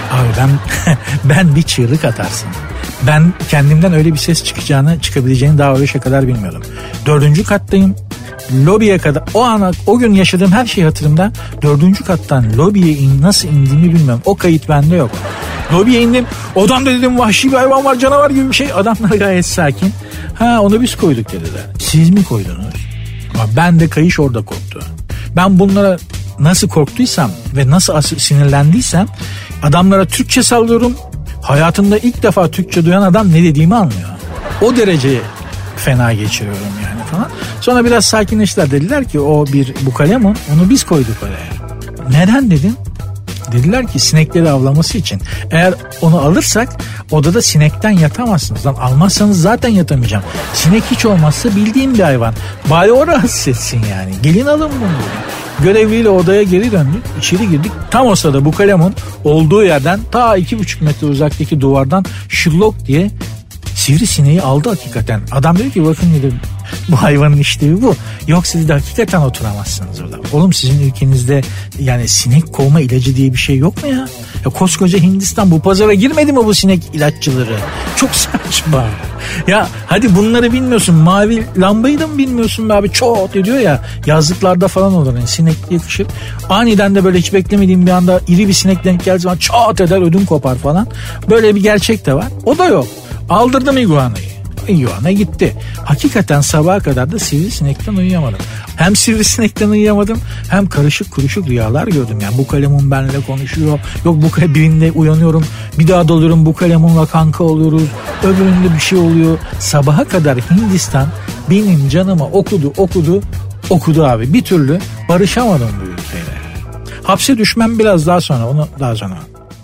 Abi ben bir çığlık atarsın. Ben kendimden öyle bir ses çıkabileceğini daha öyle kadar bilmiyordum. 4. kattayım. Lobiye kadar o gün yaşadığım her şey hatırımda. 4. kattan lobiye nasıl indiğimi bilmiyorum. O kayıt bende yok. Lobiye indim. Odamda dedim vahşi bir hayvan var, canavar gibi bir şey. Adamlar gayet sakin. Onu biz koyduk dediler. Siz mi koydunuz? Ben de kayış orada koptu. Ben bunlara nasıl korktuysam ve nasıl sinirlendiysem adamlara Türkçe sallıyorum. Hayatında ilk defa Türkçe duyan adam ne dediğimi anlıyor. O derece fena geçiriyorum yani falan. Sonra biraz sakinleştiler, dediler ki bu kalemun, onu biz koyduk oraya. Neden dedim? Dediler ki sinekleri avlaması için. Eğer onu alırsak odada sinekten yatamazsınız. Lan almazsanız zaten yatamayacağım. Sinek hiç olmazsa bildiğim bir hayvan. Bari o rahatsız etsin yani. Gelin alın bunu. Görevliyle odaya geri döndük. İçeri girdik. Tam o sırada bu kalemun olduğu yerden ta 2,5 metre uzaktaki duvardan şıllok diye sivrisineği aldı hakikaten. Adam dedi ki bakın dedi, bu hayvanın işlevi bu. Yoksa dedi hakikaten oturamazsınız orada. Oğlum sizin ülkenizde yani sinek kovma ilacı diye bir şey yok mu ya? Ya koskoca Hindistan bu pazara girmedi mi bu sinek ilaççıları? Çok saçma. Ya hadi bunları bilmiyorsun. Mavi lambayı da mı bilmiyorsun be abi? Çoğut ediyor ya. Yazlıklarda falan olur. Yani sinek yakışır. Aniden de böyle hiç beklemediğim bir anda iri bir sinek denk geldiği zaman çoğut eder, ödüm kopar falan. Böyle bir gerçek de var. O da yok. Aldırdım iguanayı. İguana gitti. Hakikaten sabaha kadar da sivrisinekten uyuyamadım. Hem sivrisinekten uyuyamadım hem karışık kuruşuk rüyalar gördüm. Yani bu kalemun benimle konuşuyor. Yok birinde uyanıyorum. Bir daha dalıyorum, bu kalemunla kanka oluyoruz. Öbüründe bir şey oluyor. Sabaha kadar Hindistan benim canıma okudu abi. Bir türlü barışamadım bu ülkeyle. Hapse düşmem biraz daha sonra. Onu daha sonra.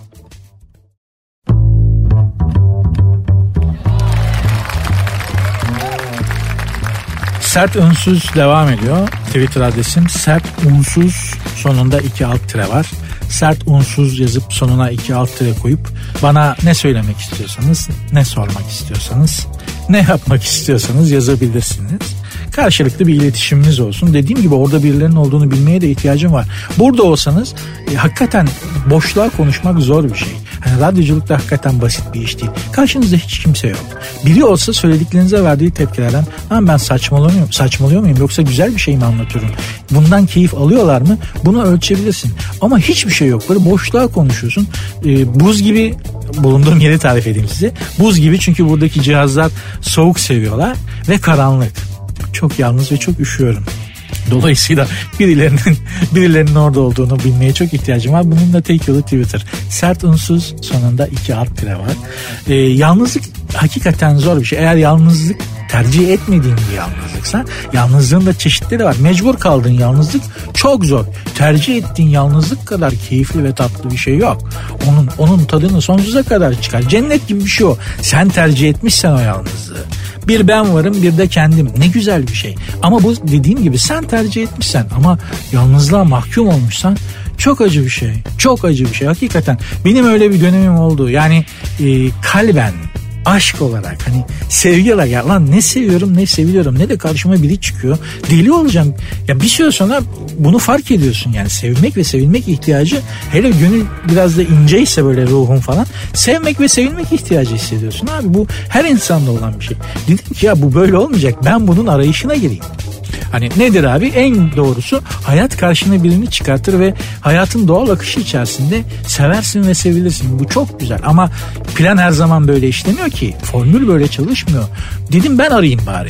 Sert Unsuz devam ediyor. Twitter adresim sert unsuz, sonunda 2 alt tire var. Sert unsuz yazıp sonuna 2 alt tire koyup bana ne söylemek istiyorsanız, ne sormak istiyorsanız, ne yapmak istiyorsanız yazabilirsiniz. Karşılıklı bir iletişimimiz olsun. Dediğim gibi orada birilerinin olduğunu bilmeye de ihtiyacım var. Burada olsanız hakikaten boşluğa konuşmak zor bir şey. Hani radyoculuk da hakikaten basit bir iş değil. Karşınızda hiç kimse yok. Biri olsa söylediklerinize verdiği tepkilerden ben saçmalıyor muyum yoksa güzel bir şey mi anlatıyorum? Bundan keyif alıyorlar mı? Bunu ölçebilirsin. Ama hiçbir şey yok. Böyle boşluğa konuşuyorsun. Buz gibi, bulunduğum yeri tarif edeyim size. Buz gibi, çünkü buradaki cihazlar soğuk seviyorlar ve karanlık. Çok yalnız ve çok üşüyorum. Dolayısıyla birilerinin orada olduğunu bilmeye çok ihtiyacım var. Bunun da tek yolu Twitter. Sert unsuz, sonunda 2 alt tire var. Yalnızlık hakikaten zor bir şey. Eğer yalnızlık tercih etmediğin bir yalnızlıksa, yalnızlığın da çeşitleri var. Mecbur kaldığın yalnızlık çok zor. Tercih ettiğin yalnızlık kadar keyifli ve tatlı bir şey yok. Onun tadını sonsuza kadar çıkar. Cennet gibi bir şey o. Sen tercih etmişsen o yalnızlığı. Bir ben varım, bir de kendim. Ne güzel bir şey. Ama bu dediğim gibi sen tercih etmişsen ama yalnızlığa mahkum olmuşsan çok acı bir şey. Çok acı bir şey. Hakikaten benim öyle bir dönemim oldu. Yani kalben, aşk olarak, hani sevgi olarak, ya lan ne seviyorum ne seviliyorum, ne de karşıma biri çıkıyor, deli olacağım. Ya bir süre sonra bunu fark ediyorsun. Yani sevmek ve sevilmek ihtiyacı, hele gönül biraz da inceyse böyle ruhun falan, sevmek ve sevilmek ihtiyacı hissediyorsun abi. Bu her insanda olan bir şey. Dedim ki ya bu böyle olmayacak, ben bunun arayışına gireyim. Hani nedir abi? En doğrusu hayat karşına birini çıkartır ve hayatın doğal akışı içerisinde seversin ve sevilirsin. Bu çok güzel ama plan her zaman böyle işlemiyor ki. Formül böyle çalışmıyor. Dedim ben arayayım bari.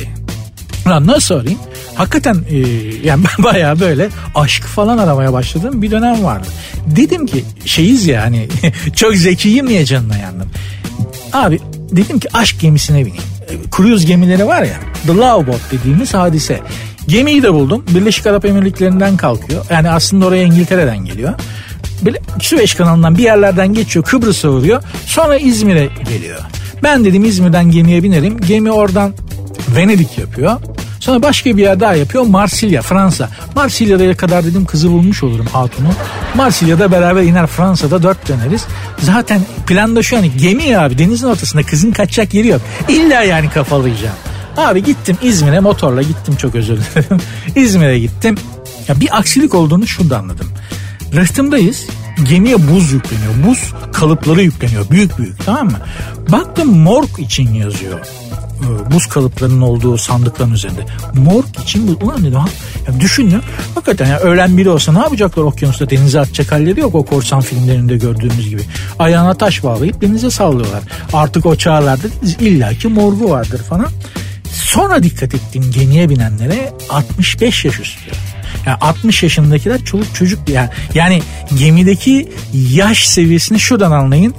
Lan nasıl arayayım? Hakikaten yani ben bayağı böyle aşkı falan aramaya başladığım bir dönem vardı. Dedim ki şeyiz ya hani çok zekiyim ya, canına yandım. Abi dedim ki aşk gemisine bineyim. Cruise gemileri var ya, The Love Boat dediğimiz hadise. Gemiyi de buldum. Birleşik Arap Emirlikleri'nden kalkıyor. Yani aslında oraya İngiltere'den geliyor. Süveyş kanalından bir yerlerden geçiyor. Kıbrıs'a uğruyor. Sonra İzmir'e geliyor. Ben dedim İzmir'den gemiye binerim. Gemi oradan Venedik yapıyor. Sonra başka bir yer daha yapıyor. Marsilya, Fransa. Marsilya'ya kadar dedim kızı bulmuş olurum, hatunu. Marsilya'da beraber iner, Fransa'da 4 döneriz. Zaten planda şu, yani gemi abi denizin ortasında, kızın kaçacak yeri yok. İlla yani kafalayacağım. Abi gittim İzmir'e, motorla gittim, çok özür dilerim. İzmir'e gittim. Ya bir aksilik olduğunu şurada anladım. Rıhtımdayız. Gemiye buz yükleniyor. Buz kalıpları yükleniyor. Büyük büyük, tamam mı? Baktım morg için yazıyor. Buz kalıplarının olduğu sandıkların üzerinde. Morg için bu. Ulan dedim ha. Ya düşün ya. Hakikaten ya, ölen biri olsa ne yapacaklar okyanusta? Denize atacak halleri yok o korsan filmlerinde gördüğümüz gibi. Ayağına taş bağlayıp denize sallıyorlar. Artık o çağlarda illaki morgu vardır falan. Sonra dikkat ettim, gemiye binenlere 65 yaş üstü. Yani 60 yaşındakiler çoluk çocuk. Yani gemideki yaş seviyesini şuradan anlayın.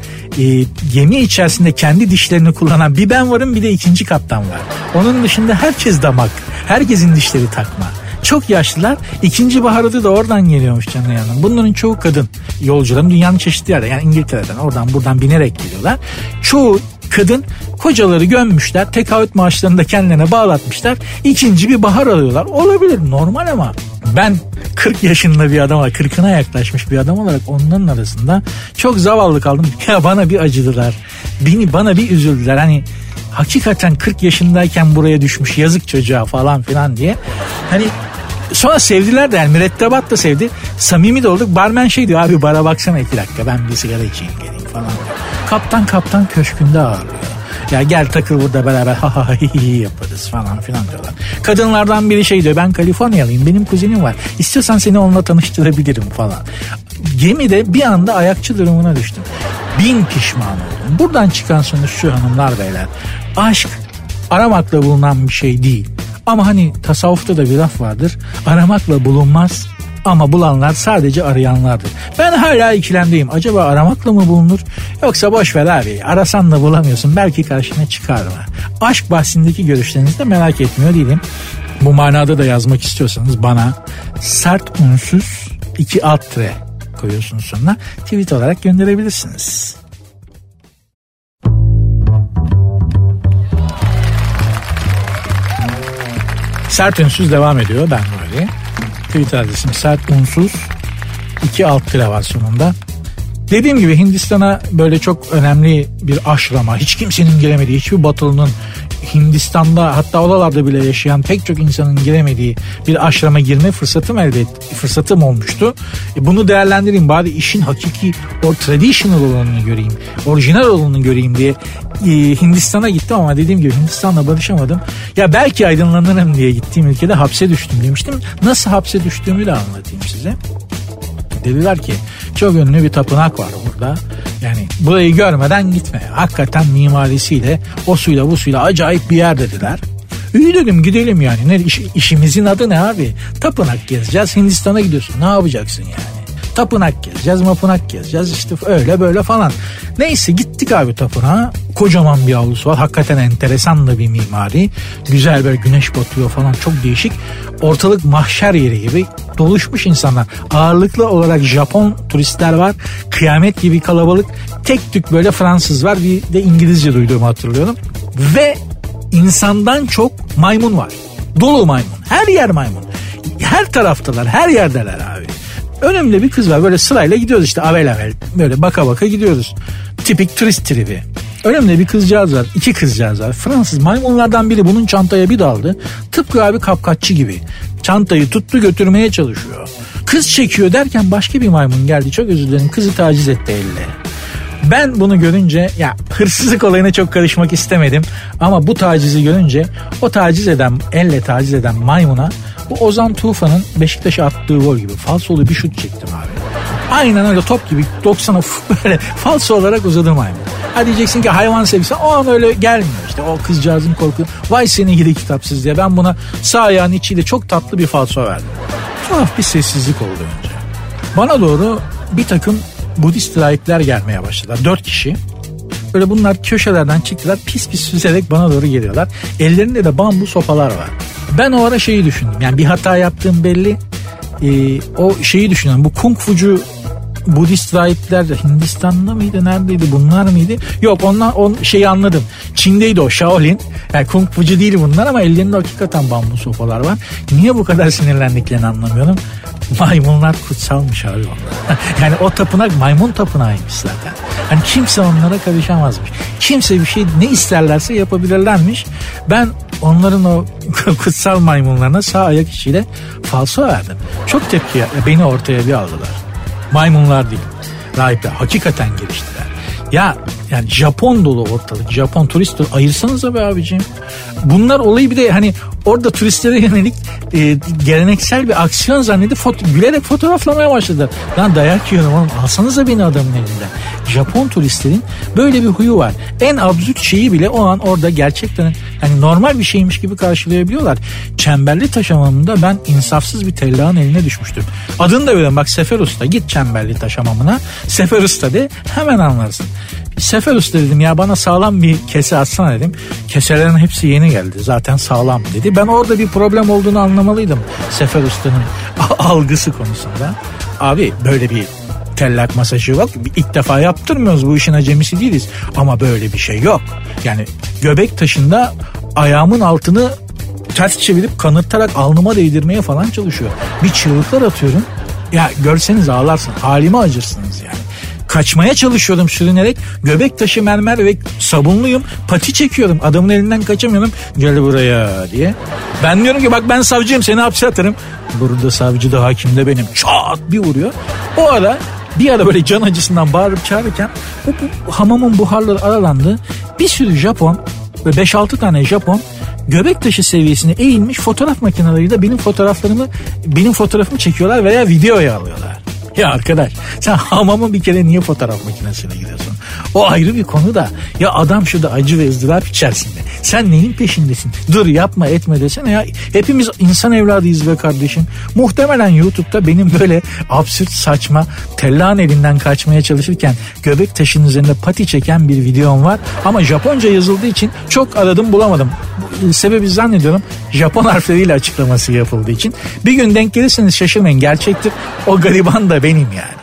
Gemi içerisinde kendi dişlerini kullanan bir ben varım, bir de ikinci kaptan var. Onun dışında herkes damak. Herkesin dişleri takma. Çok yaşlılar. İkinci baharatı da oradan geliyormuş canına yanım. Bunların çoğu kadın. Yolcuların dünyanın çeşitli yerler. Yani İngiltere'den oradan buradan binerek geliyorlar. Çoğu kadın, kocaları gömmüşler. Tekaüt maaşlarını da kendilerine bağlatmışlar. İkinci bir bahar alıyorlar. Olabilir, normal, ama ben 40 yaşında bir adam olarak, 40'ına yaklaşmış bir adam olarak onların arasında çok zavallı kaldım. Ya bana bir acıdılar. Bana bir üzüldüler. Hani hakikaten 40 yaşındayken buraya düşmüş, yazık çocuğa falan filan diye. Hani sonra sevdiler de, yani mürettebat da sevdi. Samimi de olduk. Barmen şey diyor, abi bara baksana 2 dakika, ben bir sigara içeyim geleyim falan. Kaptan köşkünde ağırlıyor. Ya gel takıl burada beraber ha ha hi yaparız falan filan diyorlar. Kadınlardan biri şey diyor, ben Kaliforniyalıyım, benim kuzenim var, İstiyorsan seni onunla tanıştırabilirim falan. Gemide bir anda ayakçı durumuna düştüm. 1000 pişman oldum. Buradan çıkan sonuç şu hanımlar beyler. Aşk aramakla bulunan bir şey değil. Ama hani tasavvufta da bir laf vardır. Aramakla bulunmaz ama bulanlar sadece arayanlardır. Ben hala ikilemdeyim. Acaba aramakla mı bulunur? Yoksa boş ver abi. Arasan da bulamıyorsun. Belki karşına çıkar mı? Aşk bahsindeki görüşlerinizi de merak etmiyor değilim. Bu manada da yazmak istiyorsanız bana sert unsuz 2 alt tire koyuyorsunuz sonuna. Tweet olarak gönderebilirsiniz. Sert unsuz devam ediyor. Ben böyle. Twitter adresim sert unsuz 2 alt tire var sonunda. Dediğim gibi Hindistan'a böyle çok önemli bir aşrama, hiç kimsenin giremediği, hiçbir batılının Hindistan'da, hatta oralarda bile yaşayan pek çok insanın giremediği bir aşrama girme fırsatım olmuştu. Bunu değerlendireyim, bari işin hakiki o traditional olanını göreyim, orijinal olanını göreyim diye Hindistan'a gittim, ama dediğim gibi Hindistan'la barışamadım. Ya belki aydınlanırım diye gittiğim ülkede hapse düştüm demiştim. Nasıl hapse düştüğümü de anlatayım size. Dediler ki çok ünlü bir tapınak var burada. Yani burayı görmeden gitme. Hakikaten mimarisiyle, o suyla bu suyla acayip bir yer dediler. İyi dedim, gidelim yani. Ne işimizin adı ne abi? Tapınak gezeceğiz. Hindistan'a gidiyorsun. Ne yapacaksın yani? Tapınak gezeceğiz, mapınak gezeceğiz, işte öyle böyle falan. Neyse gittik abi tapınağa. Kocaman bir avlusu var. Hakikaten enteresan da bir mimari. Güzel, böyle güneş batıyor falan, çok değişik. Ortalık mahşer yeri gibi doluşmuş insanlar. Ağırlıklı olarak Japon turistler var. Kıyamet gibi kalabalık. Tek tük böyle Fransız var. Bir de İngilizce duyduğumu hatırlıyorum. Ve insandan çok maymun var. Dolu maymun. Her yer maymun. Her taraftalar, her yerdeler abi. Önümde bir kız var, böyle sırayla gidiyoruz işte, avel böyle baka baka gidiyoruz. Tipik turist tribi. Önümde bir kızcağız var, 2 kızcağız var. Fransız maymunlardan biri bunun çantaya bir daldı. Tıpkı abi kapkaççı gibi. Çantayı tuttu, götürmeye çalışıyor. Kız çekiyor derken başka bir maymun geldi, çok özür dilerim, kızı taciz etti elle. Ben bunu görünce, ya hırsızlık olayına çok karışmak istemedim. Ama bu tacizi görünce o elle taciz eden maymuna bu Ozan Tufan'ın Beşiktaş'a attığı gol gibi falsolu bir şut çektim abi. Aynen öyle, top gibi 90'a böyle falso olarak uzadı maymun. Ha diyeceksin ki hayvan sevgisi, o an öyle gelmiyor işte, o kızcağızın korku. Vay seni gidi kitapsız diye ben buna sağ ayağın içiyle çok tatlı bir falso verdim. Tuhaf bir sessizlik oldu önce. Bana doğru bir takım Budist rahipler gelmeye başladılar. 4 kişi. Böyle bunlar köşelerden çıktılar, pis pis süzerek bana doğru geliyorlar. Ellerinde de bambu sopalar var. Ben o ara şeyi düşündüm. Yani bir hata yaptığım belli. O şeyi düşünüyorum. Bu kung fucu Budist rahipler Hindistan'da mıydı? Neredeydi? Bunlar mıydı? Yok, onlar şeyi anladım. Çin'deydi o, Shaolin. Yani kung fucu değil bunlar ama ellerinde hakikaten bambu sopalar var. Niye bu kadar sinirlendiklerini anlamıyorum. Maymunlar kutsalmış abi onlar. Yani o tapınak maymun tapınağıymış zaten. Hani kimse onlara karışamazmış. Kimse bir şey ne isterlerse yapabilirlermiş. Ben onların o kutsal maymunlarına sağ ayak içiyle falso verdim. Çok tepki, beni ortaya bir aldılar. Maymunlar değil. rahipler hakikaten geliştiler. Ya yani Japon dolu ortalık. Japon turist dolu. Ayırsanıza be abiciğim. Bunlar olayı bir de hani orada turistlere yönelik geleneksel bir aksiyon zannedip gülerek fotoğraflamaya başladılar. Lan dayak yiyorum oğlum, alsanıza beni adamın elinden. Japon turistlerin böyle bir huyu var. En absürt şeyi bile o an orada gerçekten hani normal bir şeymiş gibi karşılayabiliyorlar. Çemberli Taş Hamamı'nda ben insafsız bir tellağın eline düşmüştüm. Adını da veriyorum bak, Sefer Usta. Git Çemberli Taş Hamamı'na Sefer Usta de, hemen anlarsın. Sefer Usta dedim ya, bana sağlam bir kese atsana dedim. Keselerin hepsi yeni geldi, zaten sağlam dedi. Ben orada bir problem olduğunu anlamalıydım Sefer Usta'nın algısı konusunda. Abi böyle bir tellak masajı yok. İlk defa yaptırmıyoruz, bu işin acemisi değiliz. Ama böyle bir şey yok. Yani göbek taşında ayağımın altını ters çevirip kanırtarak alnıma değdirmeye falan çalışıyor. Bir çığlıklar atıyorum. Ya görseniz ağlarsın. Halime acırsınız yani. Kaçmaya çalışıyordum sürünerek. Göbek taşı mermer ve sabunluyum. Pati çekiyorum. Adamın elinden kaçamıyorum. Gel buraya diye. Ben diyorum ki bak ben savcıyım, seni hapse atarım. Burada savcı da hakim de benim. Çat bir vuruyor. O ara bir ara böyle can acısından bağırıp çağırırken bu hamamın buharları aralandı. Bir sürü Japon ve 5-6 tane Japon göbek taşı seviyesine eğilmiş fotoğraf makineleriyle benim fotoğrafımı çekiyorlar veya videoya alıyorlar. Ya arkadaş, sen hamamın bir kere niye fotoğraf makinesiyle gidiyorsun? O ayrı bir konu da. Ya adam şurada acı ve ızdırap içerisinde. Sen neyin peşindesin? Dur yapma etme desene ya. Hepimiz insan evladıyız be kardeşim. Muhtemelen YouTube'da benim böyle absürt saçma tellağın elinden kaçmaya çalışırken göbek taşının üzerinde pati çeken bir videom var. Ama Japonca yazıldığı için çok aradım bulamadım. Sebebi zannediyorum Japon harfleriyle açıklaması yapıldığı için. Bir gün denk gelirseniz şaşırmayın, gerçektir. O gariban da benim yani.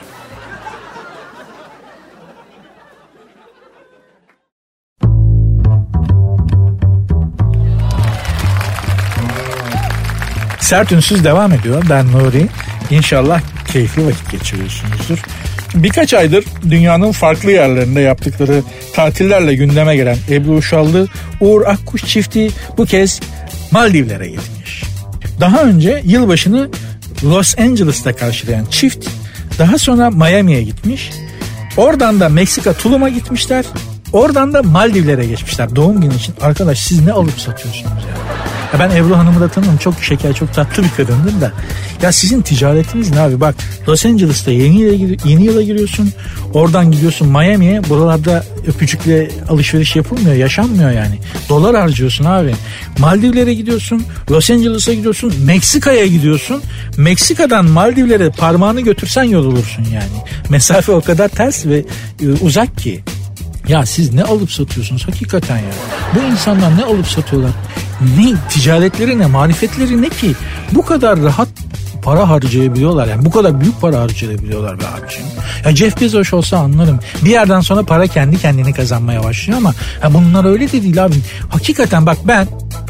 Sert Ünsüz devam ediyor. Ben Nuri. İnşallah keyifli vakit geçiriyorsunuzdur. Birkaç aydır dünyanın farklı yerlerinde yaptıkları tatillerle gündeme gelen Ebru Uşallı, Uğur Akkuş çifti bu kez Maldivlere gitmiş. Daha önce yılbaşını Los Angeles'ta karşılayan çift daha sonra Miami'ye gitmiş. Oradan da Meksika Tulum'a gitmişler. Oradan da Maldivlere geçmişler doğum günü için. Arkadaş siz ne alıp satıyorsunuz ya? Ben Ebru Hanım'ı da tanıdım. Çok şeker, çok tatlı bir kadındır da. Ya sizin ticaretiniz ne abi? Bak Los Angeles'ta yeni yıla giriyorsun. Oradan gidiyorsun Miami'ye. Buralarda öpücükle alışveriş yapılmıyor. Yaşanmıyor yani. Dolar harcıyorsun abi. Maldivlere gidiyorsun. Los Angeles'a gidiyorsun. Meksika'ya gidiyorsun. Meksika'dan Maldivlere parmağını götürsen yorulursun yani. Mesafe o kadar ters ve uzak ki. Ya siz ne alıp satıyorsunuz hakikaten ya? Bu insanlar ne alıp satıyorlar? Ne ticaretleri, ne marifetleri ne ki? Bu kadar rahat para harcayabiliyorlar yani. Bu kadar büyük para harcayabiliyorlar be abiciğim. Ya Jeff Bezos olsa anlarım. Bir yerden sonra para kendi kendini kazanmaya başlıyor ama bunlar öyle de değil abi. Hakikaten bak ben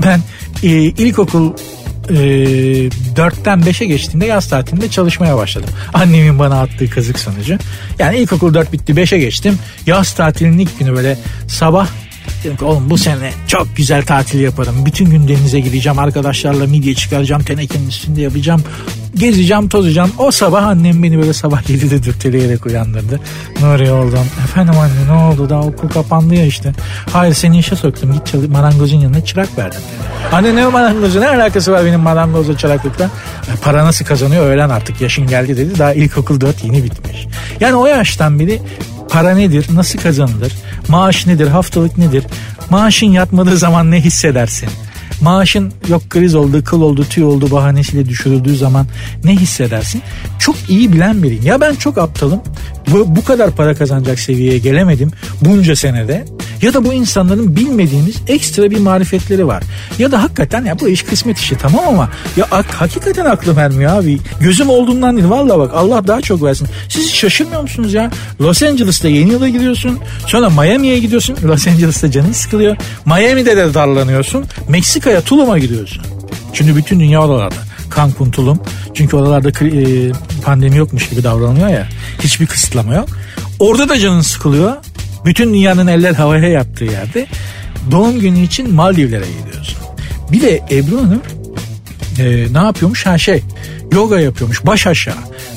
ilkokul 4'ten 5'e geçtiğimde yaz tatilinde çalışmaya başladım. Annemin bana attığı kazık sonucu. Yani ilkokul 4 bitti, 5'e geçtim. Yaz tatilinin ilk günü böyle sabah dedim ki oğlum bu sene çok güzel tatil yaparım. Bütün gün denize gideceğim. Arkadaşlarla midye çıkaracağım. Tenekenin üstünde yapacağım. Gezeceğim, tozacağım. O sabah annem beni böyle sabah 7'de dürteleyerek uyandırdı. Nuri oldum. Efendim anne ne oldu? Daha okul kapandı ya işte. Hayır seni işe soktum. Git marangozun yanına çırak verdim dedi. Anne ne marangozu? Ne alakası var benim marangozla çıraklıkla? Para nasıl kazanıyor öğren artık. Yaşın geldi dedi. Daha ilkokul 4 yeni bitmiş. Yani o yaştan beri para nedir? Nasıl kazanılır? Maaş nedir? Haftalık nedir? Maaşın yatmadığı zaman ne hissedersin? Maaşın yok kriz oldu, kıl oldu, tüy oldu bahanesiyle düşürüldüğü zaman ne hissedersin? Çok iyi bilen biriyim. Ya ben çok aptalım. Bu kadar para kazanacak seviyeye gelemedim bunca senede. Ya da bu insanların bilmediğimiz ekstra bir marifetleri var. Ya da hakikaten ya bu iş kısmet işi tamam ama ya hakikaten aklım ermiyor abi. Gözüm olduğundan değil vallahi bak Allah daha çok versin. Siz şaşırmıyor musunuz ya? Los Angeles'ta yeni yıla gidiyorsun. Sonra Miami'ye gidiyorsun. Los Angeles'ta canın sıkılıyor. Miami'de de darlanıyorsun. Meksika'ya Tulum'a gidiyorsun. Çünkü bütün dünya oralarda. Cancun, Tulum. Çünkü oralarda pandemi yokmuş gibi davranılıyor ya. Hiçbir kısıtlama yok. Orada da canın sıkılıyor. Bütün dünyanın eller havaya yattığı yerde doğum günü için Maldivlere gidiyorsun. Bir de Ebru Hanım ne yapıyormuş? Yoga yapıyormuş baş aşağı.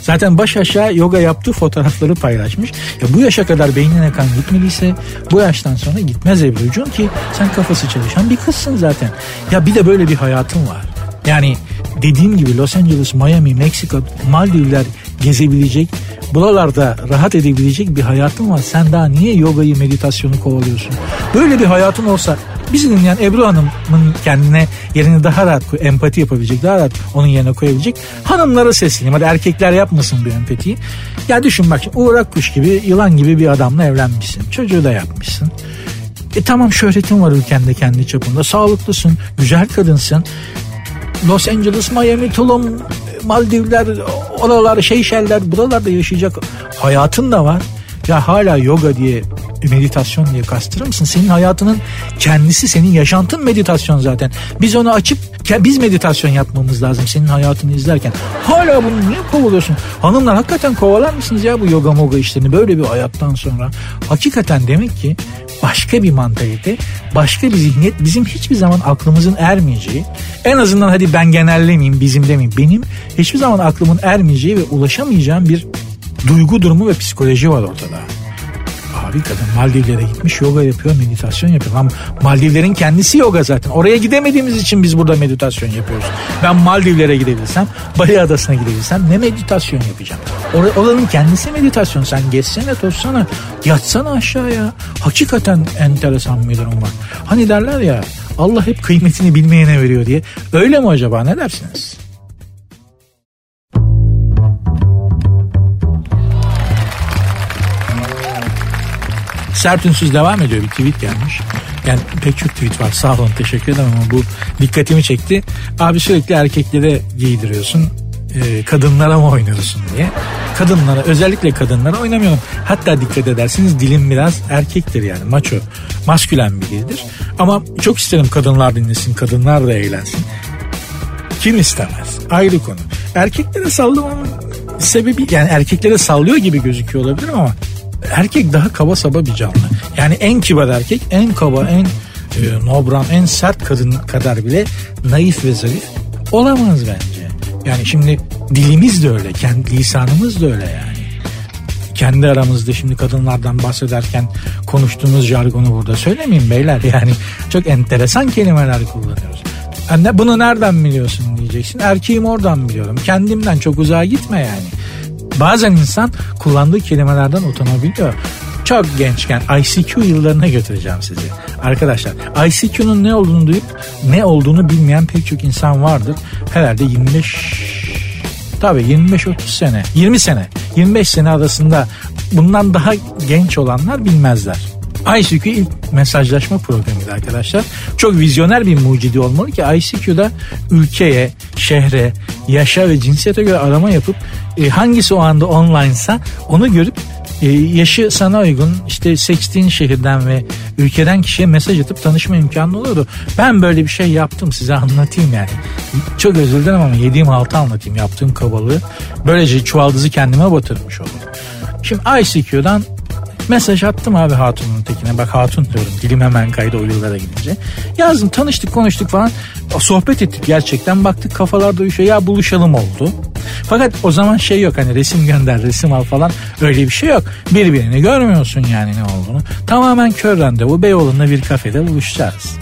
Zaten baş aşağı yoga yaptığı fotoğrafları paylaşmış. Ya bu yaşa kadar beynine kan gitmediyse bu yaştan sonra gitmez Ebru'cum ki sen kafası çalışan bir kızsın zaten. Ya bir de böyle bir hayatın var. Yani dediğim gibi Los Angeles, Miami, Meksika, Maldivler gezebilecek, buralarda rahat edebilecek bir hayatın var. Sen daha niye yogayı, meditasyonu kovalıyorsun? Böyle bir hayatın olsa bizi dinleyen Ebru Hanım'ın kendine yerini daha rahat, empati yapabilecek, daha rahat onun yerine koyabilecek hanımlara sesleneyim. Hadi erkekler yapmasın bu empatiyi. Ya düşün bak, Uğur Akkuş gibi, yılan gibi bir adamla evlenmişsin. Çocuğu da yapmışsın. Tamam, şöhretin var ülkende kendi çapında. Sağlıklısın, güzel kadınsın. Los Angeles, Miami, Tulum, Maldivler, oralar, Seyşeller, buralarda yaşayacak hayatın da var. Ya hala yoga diye, meditasyon diye kastırır mısın? Senin hayatının kendisi, senin yaşantın meditasyon zaten. Biz onu açıp biz meditasyon yapmamız lazım senin hayatını izlerken. Hala bunu niye kovalıyorsun? Hanımlar hakikaten kovalar mısınız ya bu yoga moga işlerini böyle bir hayattan sonra? Hakikaten demek ki başka bir mantalite, başka bir zihniyet bizim hiçbir zaman aklımızın ermeyeceği, en azından hadi ben genellemeyeyim, bizim demeyeyim, benim hiçbir zaman aklımın ermeyeceği ve ulaşamayacağım bir duygu durumu ve psikoloji var ortada. Abi kadın Maldivlere gitmiş, yoga yapıyor, meditasyon yapıyor. Ama Maldivlerin kendisi yoga zaten. Oraya gidemediğimiz için biz burada meditasyon yapıyoruz. Ben Maldivlere gidebilsem, Bali Adası'na gidebilsem ne meditasyon yapacağım? Oranın kendisi meditasyon. Sen geçsene, tozsana, yatsana aşağıya. Hakikaten enteresan bir durum var. Hani derler ya, Allah hep kıymetini bilmeyene veriyor diye. Öyle mi acaba, ne dersiniz? Sert Ünsüz devam ediyor, bir tweet gelmiş. Yani pek çok tweet var, sağ olun, teşekkür ederim ama bu dikkatimi çekti. Abi sürekli erkeklere giydiriyorsun, kadınlara mı oynuyorsun diye. Kadınlara, özellikle kadınlara oynamıyorum. Hatta dikkat ederseniz dilim biraz erkektir, yani maço, maskülen bir dildir. Ama çok isterim kadınlar dinlesin, kadınlar da eğlensin. Kim istemez? Ayrı konu. Erkeklere sallamamın sebebi, yani erkeklere sallıyor gibi gözüküyor olabilir ama erkek daha kaba saba bir canlı. Yani en kibar erkek, en kaba, en nobran, en sert kadın kadar bile naif ve zarif olamaz bence. Yani şimdi dilimiz de öyle, kendi lisanımız da öyle yani. Kendi aramızda şimdi kadınlardan bahsederken konuştuğumuz jargonu burada söylemeyeyim beyler. Yani çok enteresan kelimeler kullanıyoruz. Anne bunu nereden biliyorsun diyeceksin. Erkeğim oradan biliyorum. Kendimden çok uzağa gitme yani. Bazen insan kullandığı kelimelerden utanabiliyor. Çok gençken ICQ yıllarına götüreceğim sizi. Arkadaşlar, ICQ'nun ne olduğunu duyup ne olduğunu bilmeyen pek çok insan vardır. Herhalde 25-30 sene, 20 sene, 25 sene arasında bundan daha genç olanlar bilmezler. ICQ ilk mesajlaşma programıydı arkadaşlar. Çok vizyoner bir mucidi olmalı ki ICQ'da ülkeye, şehre, yaşa ve cinsiyete göre arama yapıp hangisi o anda online'sa onu görüp yaşı sana uygun işte seçtiğin şehirden ve ülkeden kişiye mesaj atıp tanışma imkanı oluyordu. Ben böyle bir şey yaptım, size anlatayım yani. Çok özür dilerim ama yediğim haltı anlatayım, yaptığım kabalığı. Böylece çuvaldızı kendime batırmış oldum. Şimdi ICQ'dan mesaj attım abi hatunun tekine. Bak hatun diyorum, dilim hemen kaydı o yıllara gidince. Yazdım, tanıştık, konuştuk falan. Sohbet ettik gerçekten, baktık kafalar da uyuşuyor. Ya buluşalım oldu. Fakat o zaman şey yok, hani resim gönder, resim al falan, öyle bir şey yok. Birbirini görmüyorsun yani ne olduğunu. Tamamen kör randevu, Beyoğlu'nda bir kafede buluşacağız.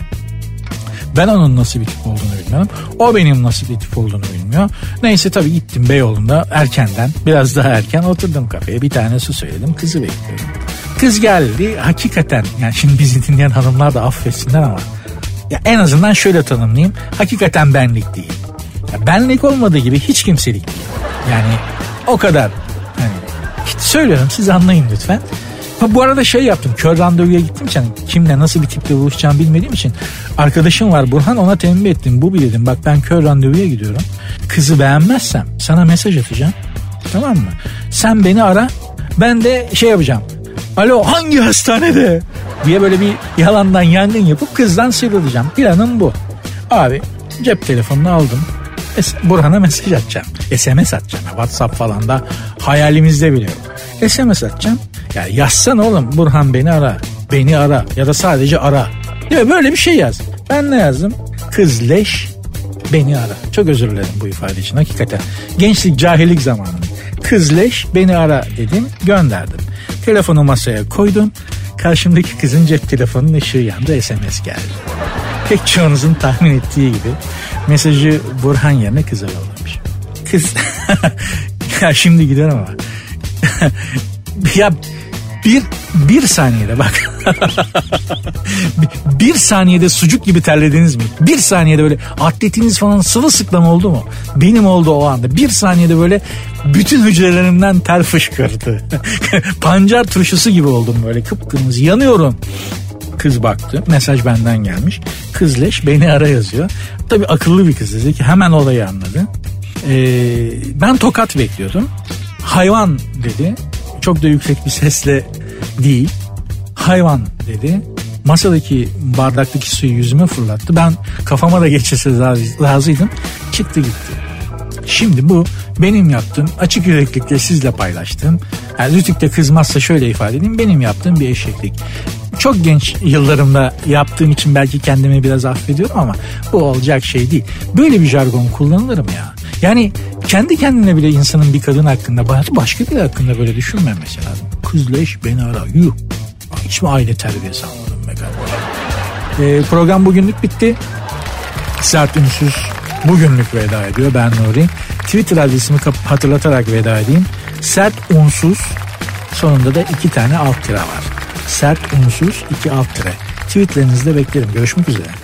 Ben onun nasıl bir tip olduğunu bilmiyorum. O benim nasıl bir tip olduğunu bilmiyor. Neyse tabii gittim Beyoğlu'nda erkenden, biraz daha erken oturdum kafeye. Bir tane su söyledim, kızı bekliyorum. Kız geldi, hakikaten yani şimdi bizi dinleyen hanımlar da affetsinler ama ya en azından şöyle tanımlayayım. Hakikaten benlik değil. Ya benlik olmadığı gibi hiç kimselik değil. Yani o kadar. Yani hiç söylüyorum, siz anlayın lütfen. Bu arada şey yaptım, kör randevuya gittim için kimle nasıl bir tiple buluşacağımı bilmediğim için arkadaşım var Burhan, ona tembih ettim. Bu dedim, bak ben kör randevuya gidiyorum, kızı beğenmezsem sana mesaj atacağım, tamam mı? Sen beni ara, ben de şey yapacağım, alo hangi hastanede diye böyle bir yalandan yangın yapıp kızdan sıyrılacağım. Planım bu. Abi cep telefonunu aldım, Burhan'a mesaj atacağım, SMS atacağım, WhatsApp falan da hayalimizde bile yok. SMS atacağım. Ya yazsana oğlum, Burhan beni ara, beni ara ya da sadece ara. Ya böyle bir şey yaz. Ben ne yazdım? Kız leş, beni ara. Çok özür dilerim bu ifade için hakikaten. Gençlik, cahillik zamanı. Kızleş beni ara dedim, gönderdim. Telefonu masaya koydum. Karşımdaki kızın cep telefonunun ışığı yandı, SMS geldi. Pek çoğunuzun tahmin ettiği gibi mesajı Burhan yerine kıza yollamış. Kız ya şimdi gider ama ya bir saniyede bak bir saniyede sucuk gibi terlediniz mi? Bir saniyede böyle atletiniz falan sırılsıklam oldu mu? Benim oldu o anda. Bir saniyede böyle bütün hücrelerimden ter fışkırdı. Pancar turşusu gibi oldum, böyle kıpkırmızı yanıyorum. Kız baktı, mesaj benden gelmiş. Kızleş beni ara yazıyor. Tabii akıllı bir kız, dedi ki hemen olayı anladı. Ben tokat bekliyordum. Hayvan dedi. Çok da yüksek bir sesle değil. Hayvan dedi. Masadaki bardaktaki suyu yüzüme fırlattı. Ben kafama da geçese razıydım. Çıktı gitti. Şimdi bu benim yaptığım, açık yüreklikle sizle paylaştığım, yani Rütük de kızmazsa şöyle ifade edeyim, benim yaptığım bir eşeklik. Çok genç yıllarımda yaptığım için belki kendimi biraz affediyorum ama bu olacak şey değil. Böyle bir jargon kullanılır mı ya? Yani kendi kendine bile insanın bir kadın hakkında, başka biri hakkında böyle düşünmemesi lazım. Kızleş beni ara. Yuh. Hiç mi aile terbiyesi almadım be kardeşim? Program bugünlük bitti. Sert Ünsüz bugünlük veda ediyor. Ben Nuri. Twitter adresimi hatırlatarak veda edeyim. Sert Unsuz, sonunda da 2 tane alt tire var. Sert Unsuz 2 alt tire. Tweetlerinizde beklerim. Görüşmek üzere.